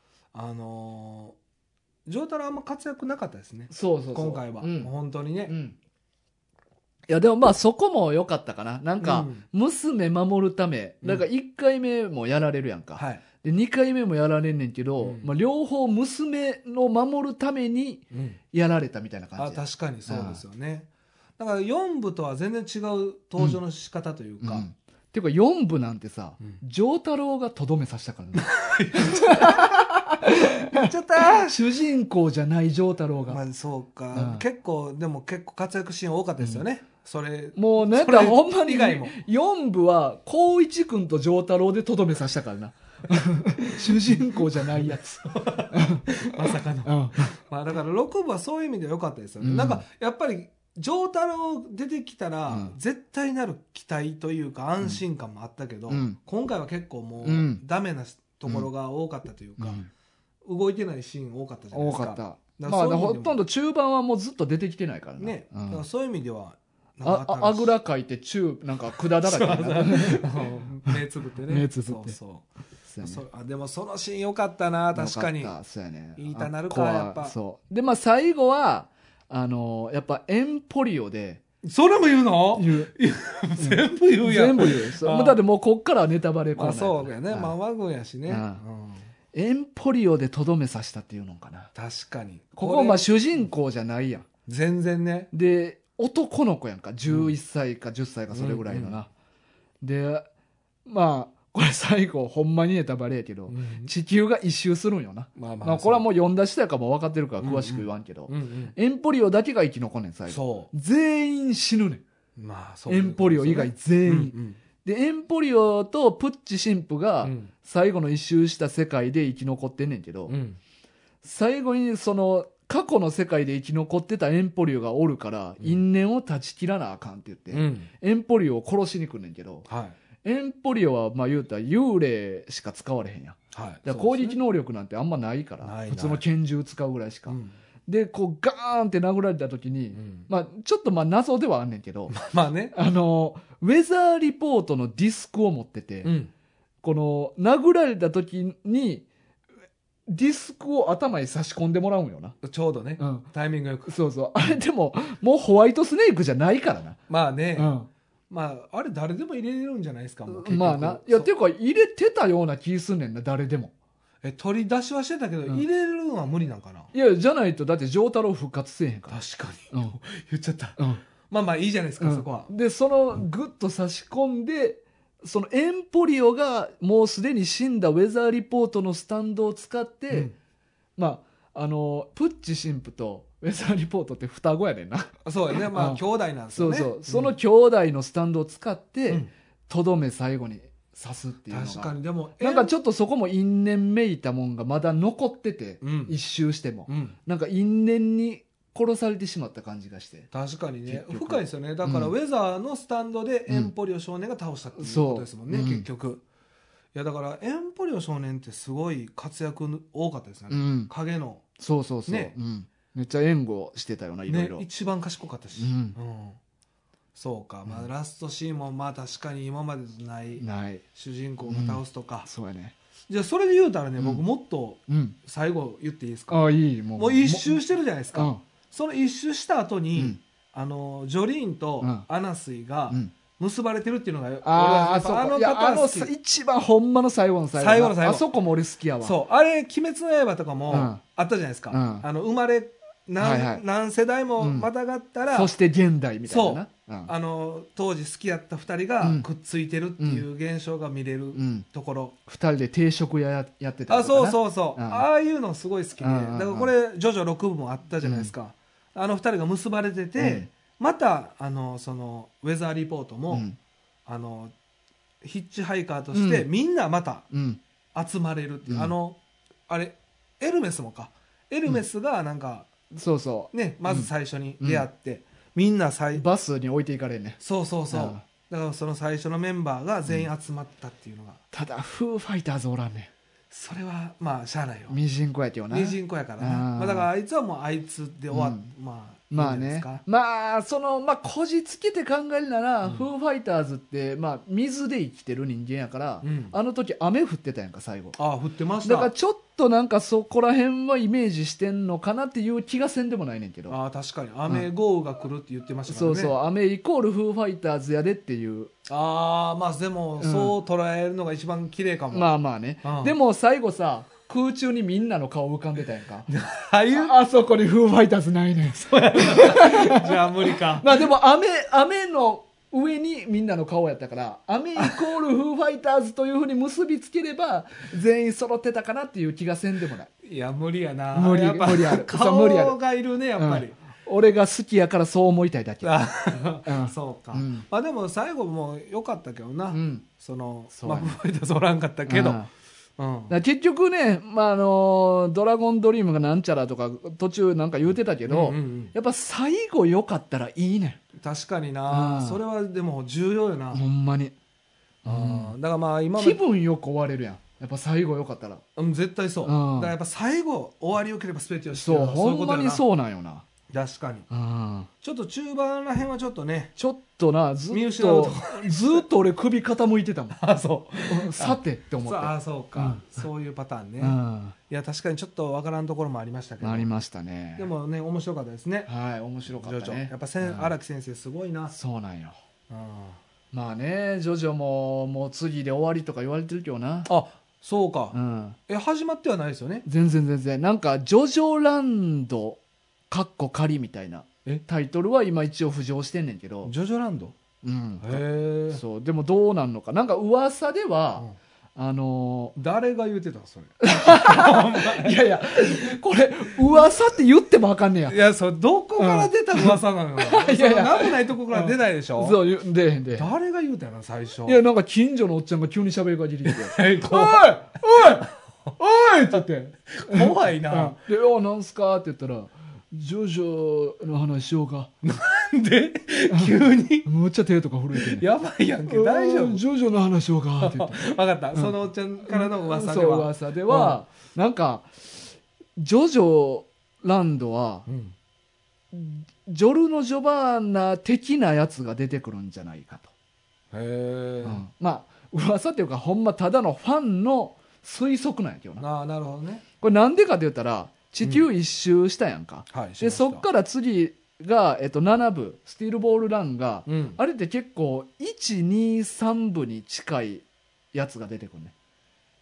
丈太郎あんま活躍なかったですね。そう今回は、本当にね、 いやでもまあそこも良かったかな。なんか娘守るためだから1回目もやられるやんか、で2回目もやられんねんけど、まあ、両方娘の守るためにやられたみたいな感じ、 確かにそうですよね。だから4部とは全然違う登場の仕方というか、 っていうか4部なんてさ、丈太郎がとどめさせたからね言っちゃった主人公じゃない丈太郎が、 まあ、そうか、結構活躍シーン多かったですよね、それもうね、ほんまに4部は光一君と丈太郎でとどめさせたからな主人公じゃないやつまさかの、まあ、だから6部はそういう意味では良かったですよね、なんかやっぱり丈太郎出てきたら、絶対なる期待というか安心感もあったけど、今回は結構もう、ダメなところが多かったというか、動いてないシーン多かったじゃないですか。多かった。 まあほとんど中盤はもうずっと出てきてないからね。 だからそういう意味ではあぐらかいてなんか管だらけ目つぶってね。 目つぶって。 でもそのシーン良かったな、確かに。 そうやね。 言いたなるか、やっぱ。 でまあ最後はやっぱエンポリオで。 それも言うの？全部言うやん。 全部言う。だってもうこっからネタバレ来ない。そうやね。ママ軍やしね。 エンポリオでとどめさせたっていうのかな。 確かに。 ここまあ主人公じゃないやん。 全然ね。 で男の子やんか、11歳か10歳かそれぐらいのな。でまあこれ最後ほんまにネタバレやけど、地球が一周するんよな。まあこれはもう読んだ人やからもう分かってるから詳しく言わんけど、エンポリオだけが生き残んねん最後。全員死ぬねん。エンポリオ以外全員。でエンポリオとプッチ神父が最後の一周した世界で生き残ってんねんけど、最後にその過去の世界で生き残ってたエンポリオがおるから因縁を断ち切らなあかんって言って、エンポリオを殺しに来んねんけど、エンポリオはまあ言うたら幽霊しか使われへんやん、だから攻撃能力なんてあんまないから、普通の拳銃使うぐらいしか、でこうガーンって殴られた時に、まあちょっとまあ謎ではあんねんけど、 まあね、 ウェザーリポートのディスクを持ってて、この殴られた時にディスクを頭に差し込んでもらうんよな、 ちょうどね、タイミングよく。 そうそう、あれでももうホワイトスネークじゃないからな。 まあね、まああれ誰でも入れれるんじゃないですか。 まあな、いやっていうか入れてたような気すんねんな、誰でも。 取り出しはしてたけど、入れるのは無理なんかな。 いやじゃないとだって丈太郎復活せえへんから。 確かに、言っちゃった、まあまあいいじゃないですか、そこは。 でそのグッと差し込んで、そのエンポリオがもうすでに死んだウェザーリポートのスタンドを使って、まあプッチ神父とウェザーリポートって双子やねんな。 そうやね、まあ兄弟なんですよね。 そうそう、その兄弟のスタンドを使ってとどめ最後に刺すっていうのが、 確かに。でもなんかちょっとそこも因縁めいたもんがまだ残ってて、一周しても、なんか因縁に殺されてしまった感じがして。 確かにね、深いですよね。だからウェザーのスタンドでエンポリオ少年が倒したっていうことですもんね、結局。いやだからエンポリオ少年ってすごい活躍多かったですよね、影の。 そうそうそう、ね、めっちゃ援護してたよな、いろいろ、 ね、一番賢かったし、そうか、まあ、ラストシーンもまあ確かに今までとない主人公が倒すとか、 そうやね。 じゃあそれで言うたらね、僕もっと最後言っていいですか。 ああいい、もう一周してるじゃないですか。その一周した後に、ジョリーンとアナスイが結ばれてるっていうのが、 あの一番ほんまの最後の最後、あそこも俺好きやわ。 そう、あれ「鬼滅の刃」とかもあったじゃないですか、生まれ何世代もまたがったら、 そして現代みたいな、 当時好きやった2人がくっついてるっていう現象が見れるところ、 2人で定食屋やってたりとかな。 そうそうそう、ああいうのすごい好きで、だからこれジョジョ6部もあったじゃないですか、あの2人が結ばれてて、またそのウェザーリポートも、ヒッチハイカーとしてみんなまた集まれるっていう、あれエルメスもか、エルメスがなんか、 そうそうね、まず最初に出会って、みんなバスに置いていかれんね。 そうそうそう、だからその最初のメンバーが全員集まったっていうのが、 ただフーファイターズおらんねん。 それはまあしゃあないよ、 ミジンコやけどな。 ミジンコやからな、だからあいつはもうあいつで終わっ、 まあね、まあこじつけて考えるなら、フーファイターズって、水で生きてる人間やから、あの時雨降ってたやんか最後。 ああ降ってました。 だからちょっとなんかそこら辺はイメージしてんのかなっていう気がせんでもないねんけど。 ああ確かに雨豪雨が来るって言ってましたからね。 そうそう、雨イコールフーファイターズやでっていう。 ああまあでもそう捉えるのが一番綺麗かも。 まあまあね、でも最後さ空中にみんなの顔浮かんでたやんかあそこにフーファイターズないねんじゃあ無理か。 まあでも雨の上にみんなの顔やったから、雨イコールフーファイターズというふうに結びつければ全員揃ってたかなっていう気がせんでもない。 いや無理やな。 無理ある。 顔がいるねやっぱり、 俺が好きやからそう思いたいだけ。 そうか、まあでも最後も良かったけどな、そのフーファイターズおらんかったけど、 結局ね、ドラゴンドリームがなんちゃらとか途中なんか言うてたけど、やっぱ最後良かったらいいねん。 確かにな、それはでも重要よな、 ほんまに。 だからまあ今気分よく終われるやん、やっぱ最後良かったら。 絶対そう、だからやっぱ最後終わりよければ全てを知ってる。 ほんまにそうなんよな。 確かに、ちょっと中盤らへんはちょっとね、 ちょっとな、ずっと俺首傾いてたもん。 あそうさてって思って。 あそうか、そういうパターンね。いや確かにちょっとわからんところもありましたけど。 ありましたね。 でもね面白かったですね。 はい、面白かったね。 やっぱ荒木先生すごいな。 そうなんよ。まあね、ジョジョももう次で終わりとか言われてるけどな。 あ、そうか。始まってはないですよね。 全然なんかジョジョランドかっこ仮みたいなタイトルは今一応浮上してんねんけど。 ジョジョランド、 へえ。そう、でもどうなんのか、なんか噂では、 誰が言うてたのそれいやいやこれ噂って言ってもあかんねや。 いや、そうどこから出た噂なのいやいや、なんもないとこから出ないでしょ。 そう出へんで。 誰が言うたの最初。 いや、なんか近所のおっちゃんが急に喋りかけてきておいって言って怖いな。 でなんすかって言ったら、ジョジョの話しようか。 なんで急にむっちゃ手とか震えてやばいやんけ。大丈夫。 ジョジョの話しようかって言って分かった、そのおっちゃんからの噂では、 噂ではなんかジョジョランドはジョルノ・ジョバーナ的なやつが出てくるんじゃないかと。 へえ。 まあ噂っていうかほんまただのファンの推測なんやけどな。 なるほどね。 これなんでかって言ったら地球一周したやんか、でそっから次が、7部スティールボールランが、あれって結構123部に近いやつが出てくるね。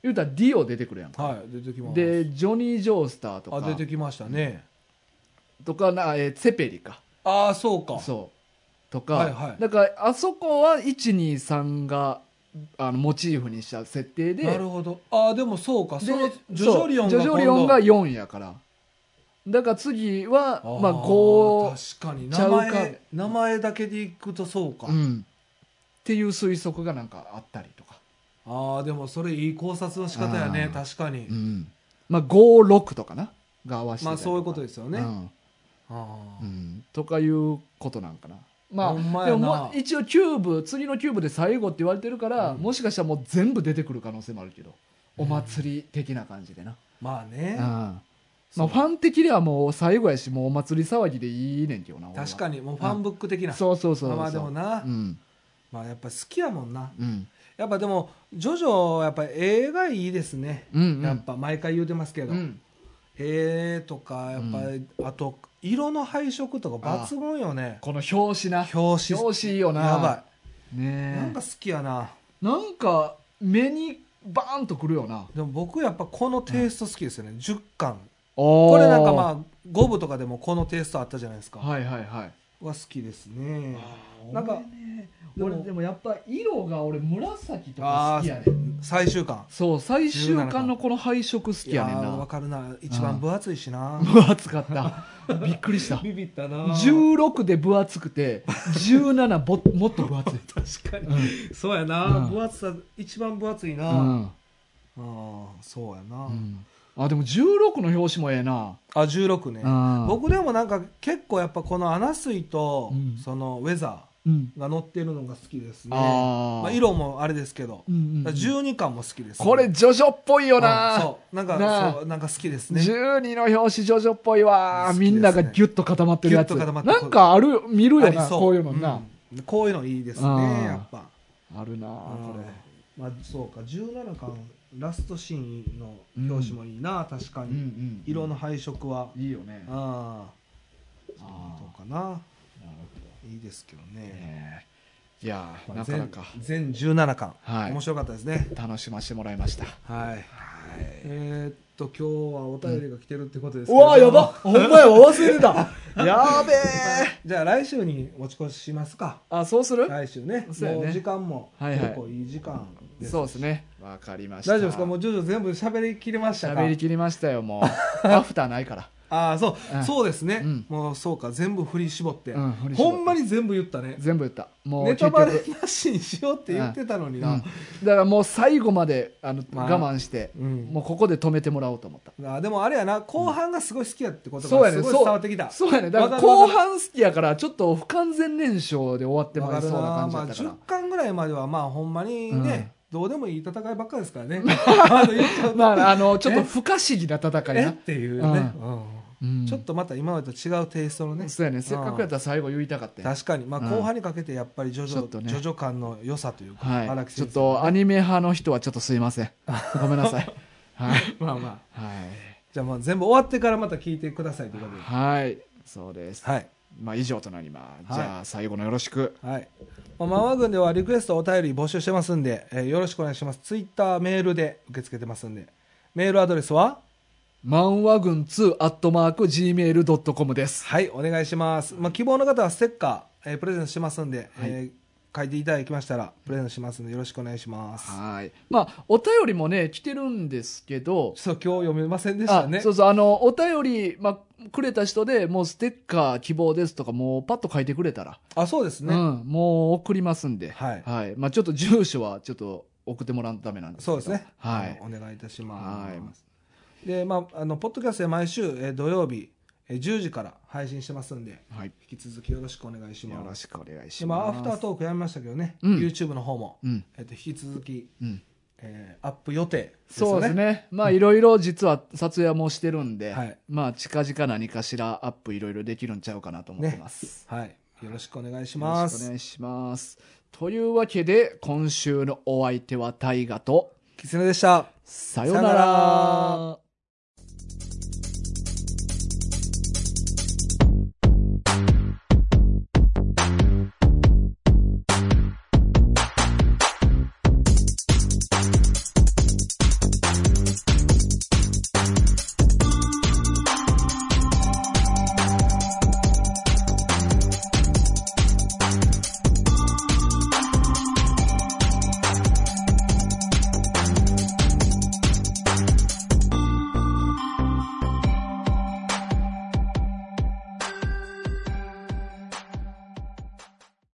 言うたらディオ出てくるやんか、 はい、出てきます。 でジョニー・ジョースターとか出てきましたね。 とかセペリか、 ああそうか。 そうとか、 はいはい、 だからあそこは123がモチーフにした設定で、 なるほど。ああでもそうか。そのジョジョリオンが4やから、だから次はまあ5 確かにちゃうか、 名前だけでいくとそうか、 っていう推測がなんかあったりとか。 ああでもそれいい考察の仕方やね。確かに、 まあ56とかなが合わせて、 まあそういうことですよね、 とかいうことなんかな。まあでも一応次のキューブで最後って言われてるから、もしかしたらもう全部出てくる可能性もあるけど、お祭り的な感じでな。 まあね、 まあ、ファン的にはもう最後やし、もうお祭り騒ぎでいいねんけどな。 確かにもうファンブック的な、 そうそうそう。 まあでもな、まあやっぱ好きやもんな、やっぱでもジョジョやっぱ映画いいですね、やっぱ毎回言うてますけど、とかやっぱり、あと色の配色とか抜群よね。 この表紙いいよな。 やばいね。 なんか好きやな。 なんか目にバーンとくるよな。 でも僕やっぱこのテイスト好きですよね、10巻。これなんかまあ5部とかでもこのテイストあったじゃないですか。 はいはいはい。 は好きですね。なんか俺でもやっぱ色が俺紫とか好きやねん。 最終巻。 そう、最終巻のこの配色好きやねんな。 わかるな。一番分厚いしな。 分厚かった。びっくりした。 ビビったな。 16で分厚くて17もっと分厚い。 確かに、そうやな、分厚さ一番分厚いな。そうやな。 あでも16の表紙もええな。 16ね。僕でもなんか結構やっぱこのアナスイとそのウェザーが載ってるのが好きですね。まあ色もあれですけど、12巻も好きです。 これジョジョっぽいよな。 そうなんか好きですね。 12の表紙ジョジョっぽいわ。みんながギュッと固まってるやつ。なんか見るよな、こういうのな。 こういうのいいですね、やっぱ。 あるなこれ。 まあそうか、17巻ラストシーンの表紙もいいな、確かに。色の配色はいいよね。そうかな。いいですけどね。 いやなかなか全17巻面白かったですね。 楽しませてもらいました。 はい。今日はお便りが来てるってことです。 うわやば、ほんまやわ、忘れてた。やべえ。 じゃあ来週に持ち越しますか。 そうする。 来週ね。もう時間も結構いい時間です。 そうですね。わかりました。 大丈夫ですか。もう徐々全部喋りきりましたか。 喋りきりましたよ。もうアフターないから。 そうですね。もうそうか、全部振り絞って、ほんまに全部言ったね。 全部言った。もうネタバレなしにしようって言ってたのにな。 だからもう最後まで我慢して、もうここで止めてもらおうと思った。 でもあれやな、後半がすごい好きやってことがすごい伝わってきた。 そうやね。だから後半好きやからちょっと不完全燃焼で終わってまいそうな感じだったから。 10巻ぐらいまではまあほんまにね。どうでもいい戦いばっかりですからね。 まあちょっと不可思議な戦いなっていうね。ちょっとまた今までと違うテイストのね。 そうやね。せっかくやったら最後言いたかった。 確かに。まあ後半にかけてやっぱりジョジョ感の良さというか、 ちょっとアニメ派の人はちょっとすいません。ごめんなさい。はい。 まあまあ。はい。じゃあもう全部終わってからまた聞いてくださいということで。 はい。そうです。はい。まあ以上となります。じゃあ最後のよろしく。はい。 ママ軍ではリクエストお便り募集してますんで、よろしくお願いします。ツイッター、メールで受け付けてますんで。メールアドレスは漫画軍2@gmail.com です。 はい、お願いします。希望の方はステッカー、プレゼントしますんで、書いていただきましたらプレゼントしますんでよろしくお願いします。 はい。お便りもね来てるんですけど、 今日読めませんでしたね。 そうお便りくれた人でもうステッカー希望ですとかもうパッと書いてくれたら、 そうですね。 もう送りますんで、はい。ちょっと住所はちょっと送ってもらうためなんですけど。 そうですね。はい。お願いいたします。でポッドキャストで毎週、土曜日10時から配信してますんで、引き続きよろしくお願いします。 よろしくお願いします。 アフタートークやめましたけどね、YouTube の方も、引き続き、アップ予定ですよね。 そうですね。いろいろ実は撮影もしてるんで、近々何かしらアップいろいろできるんちゃうかなと思ってます。 はい。よろしくお願いします。 よろしくお願いします。というわけで今週のお相手は大河とキツネでした。 さようなら。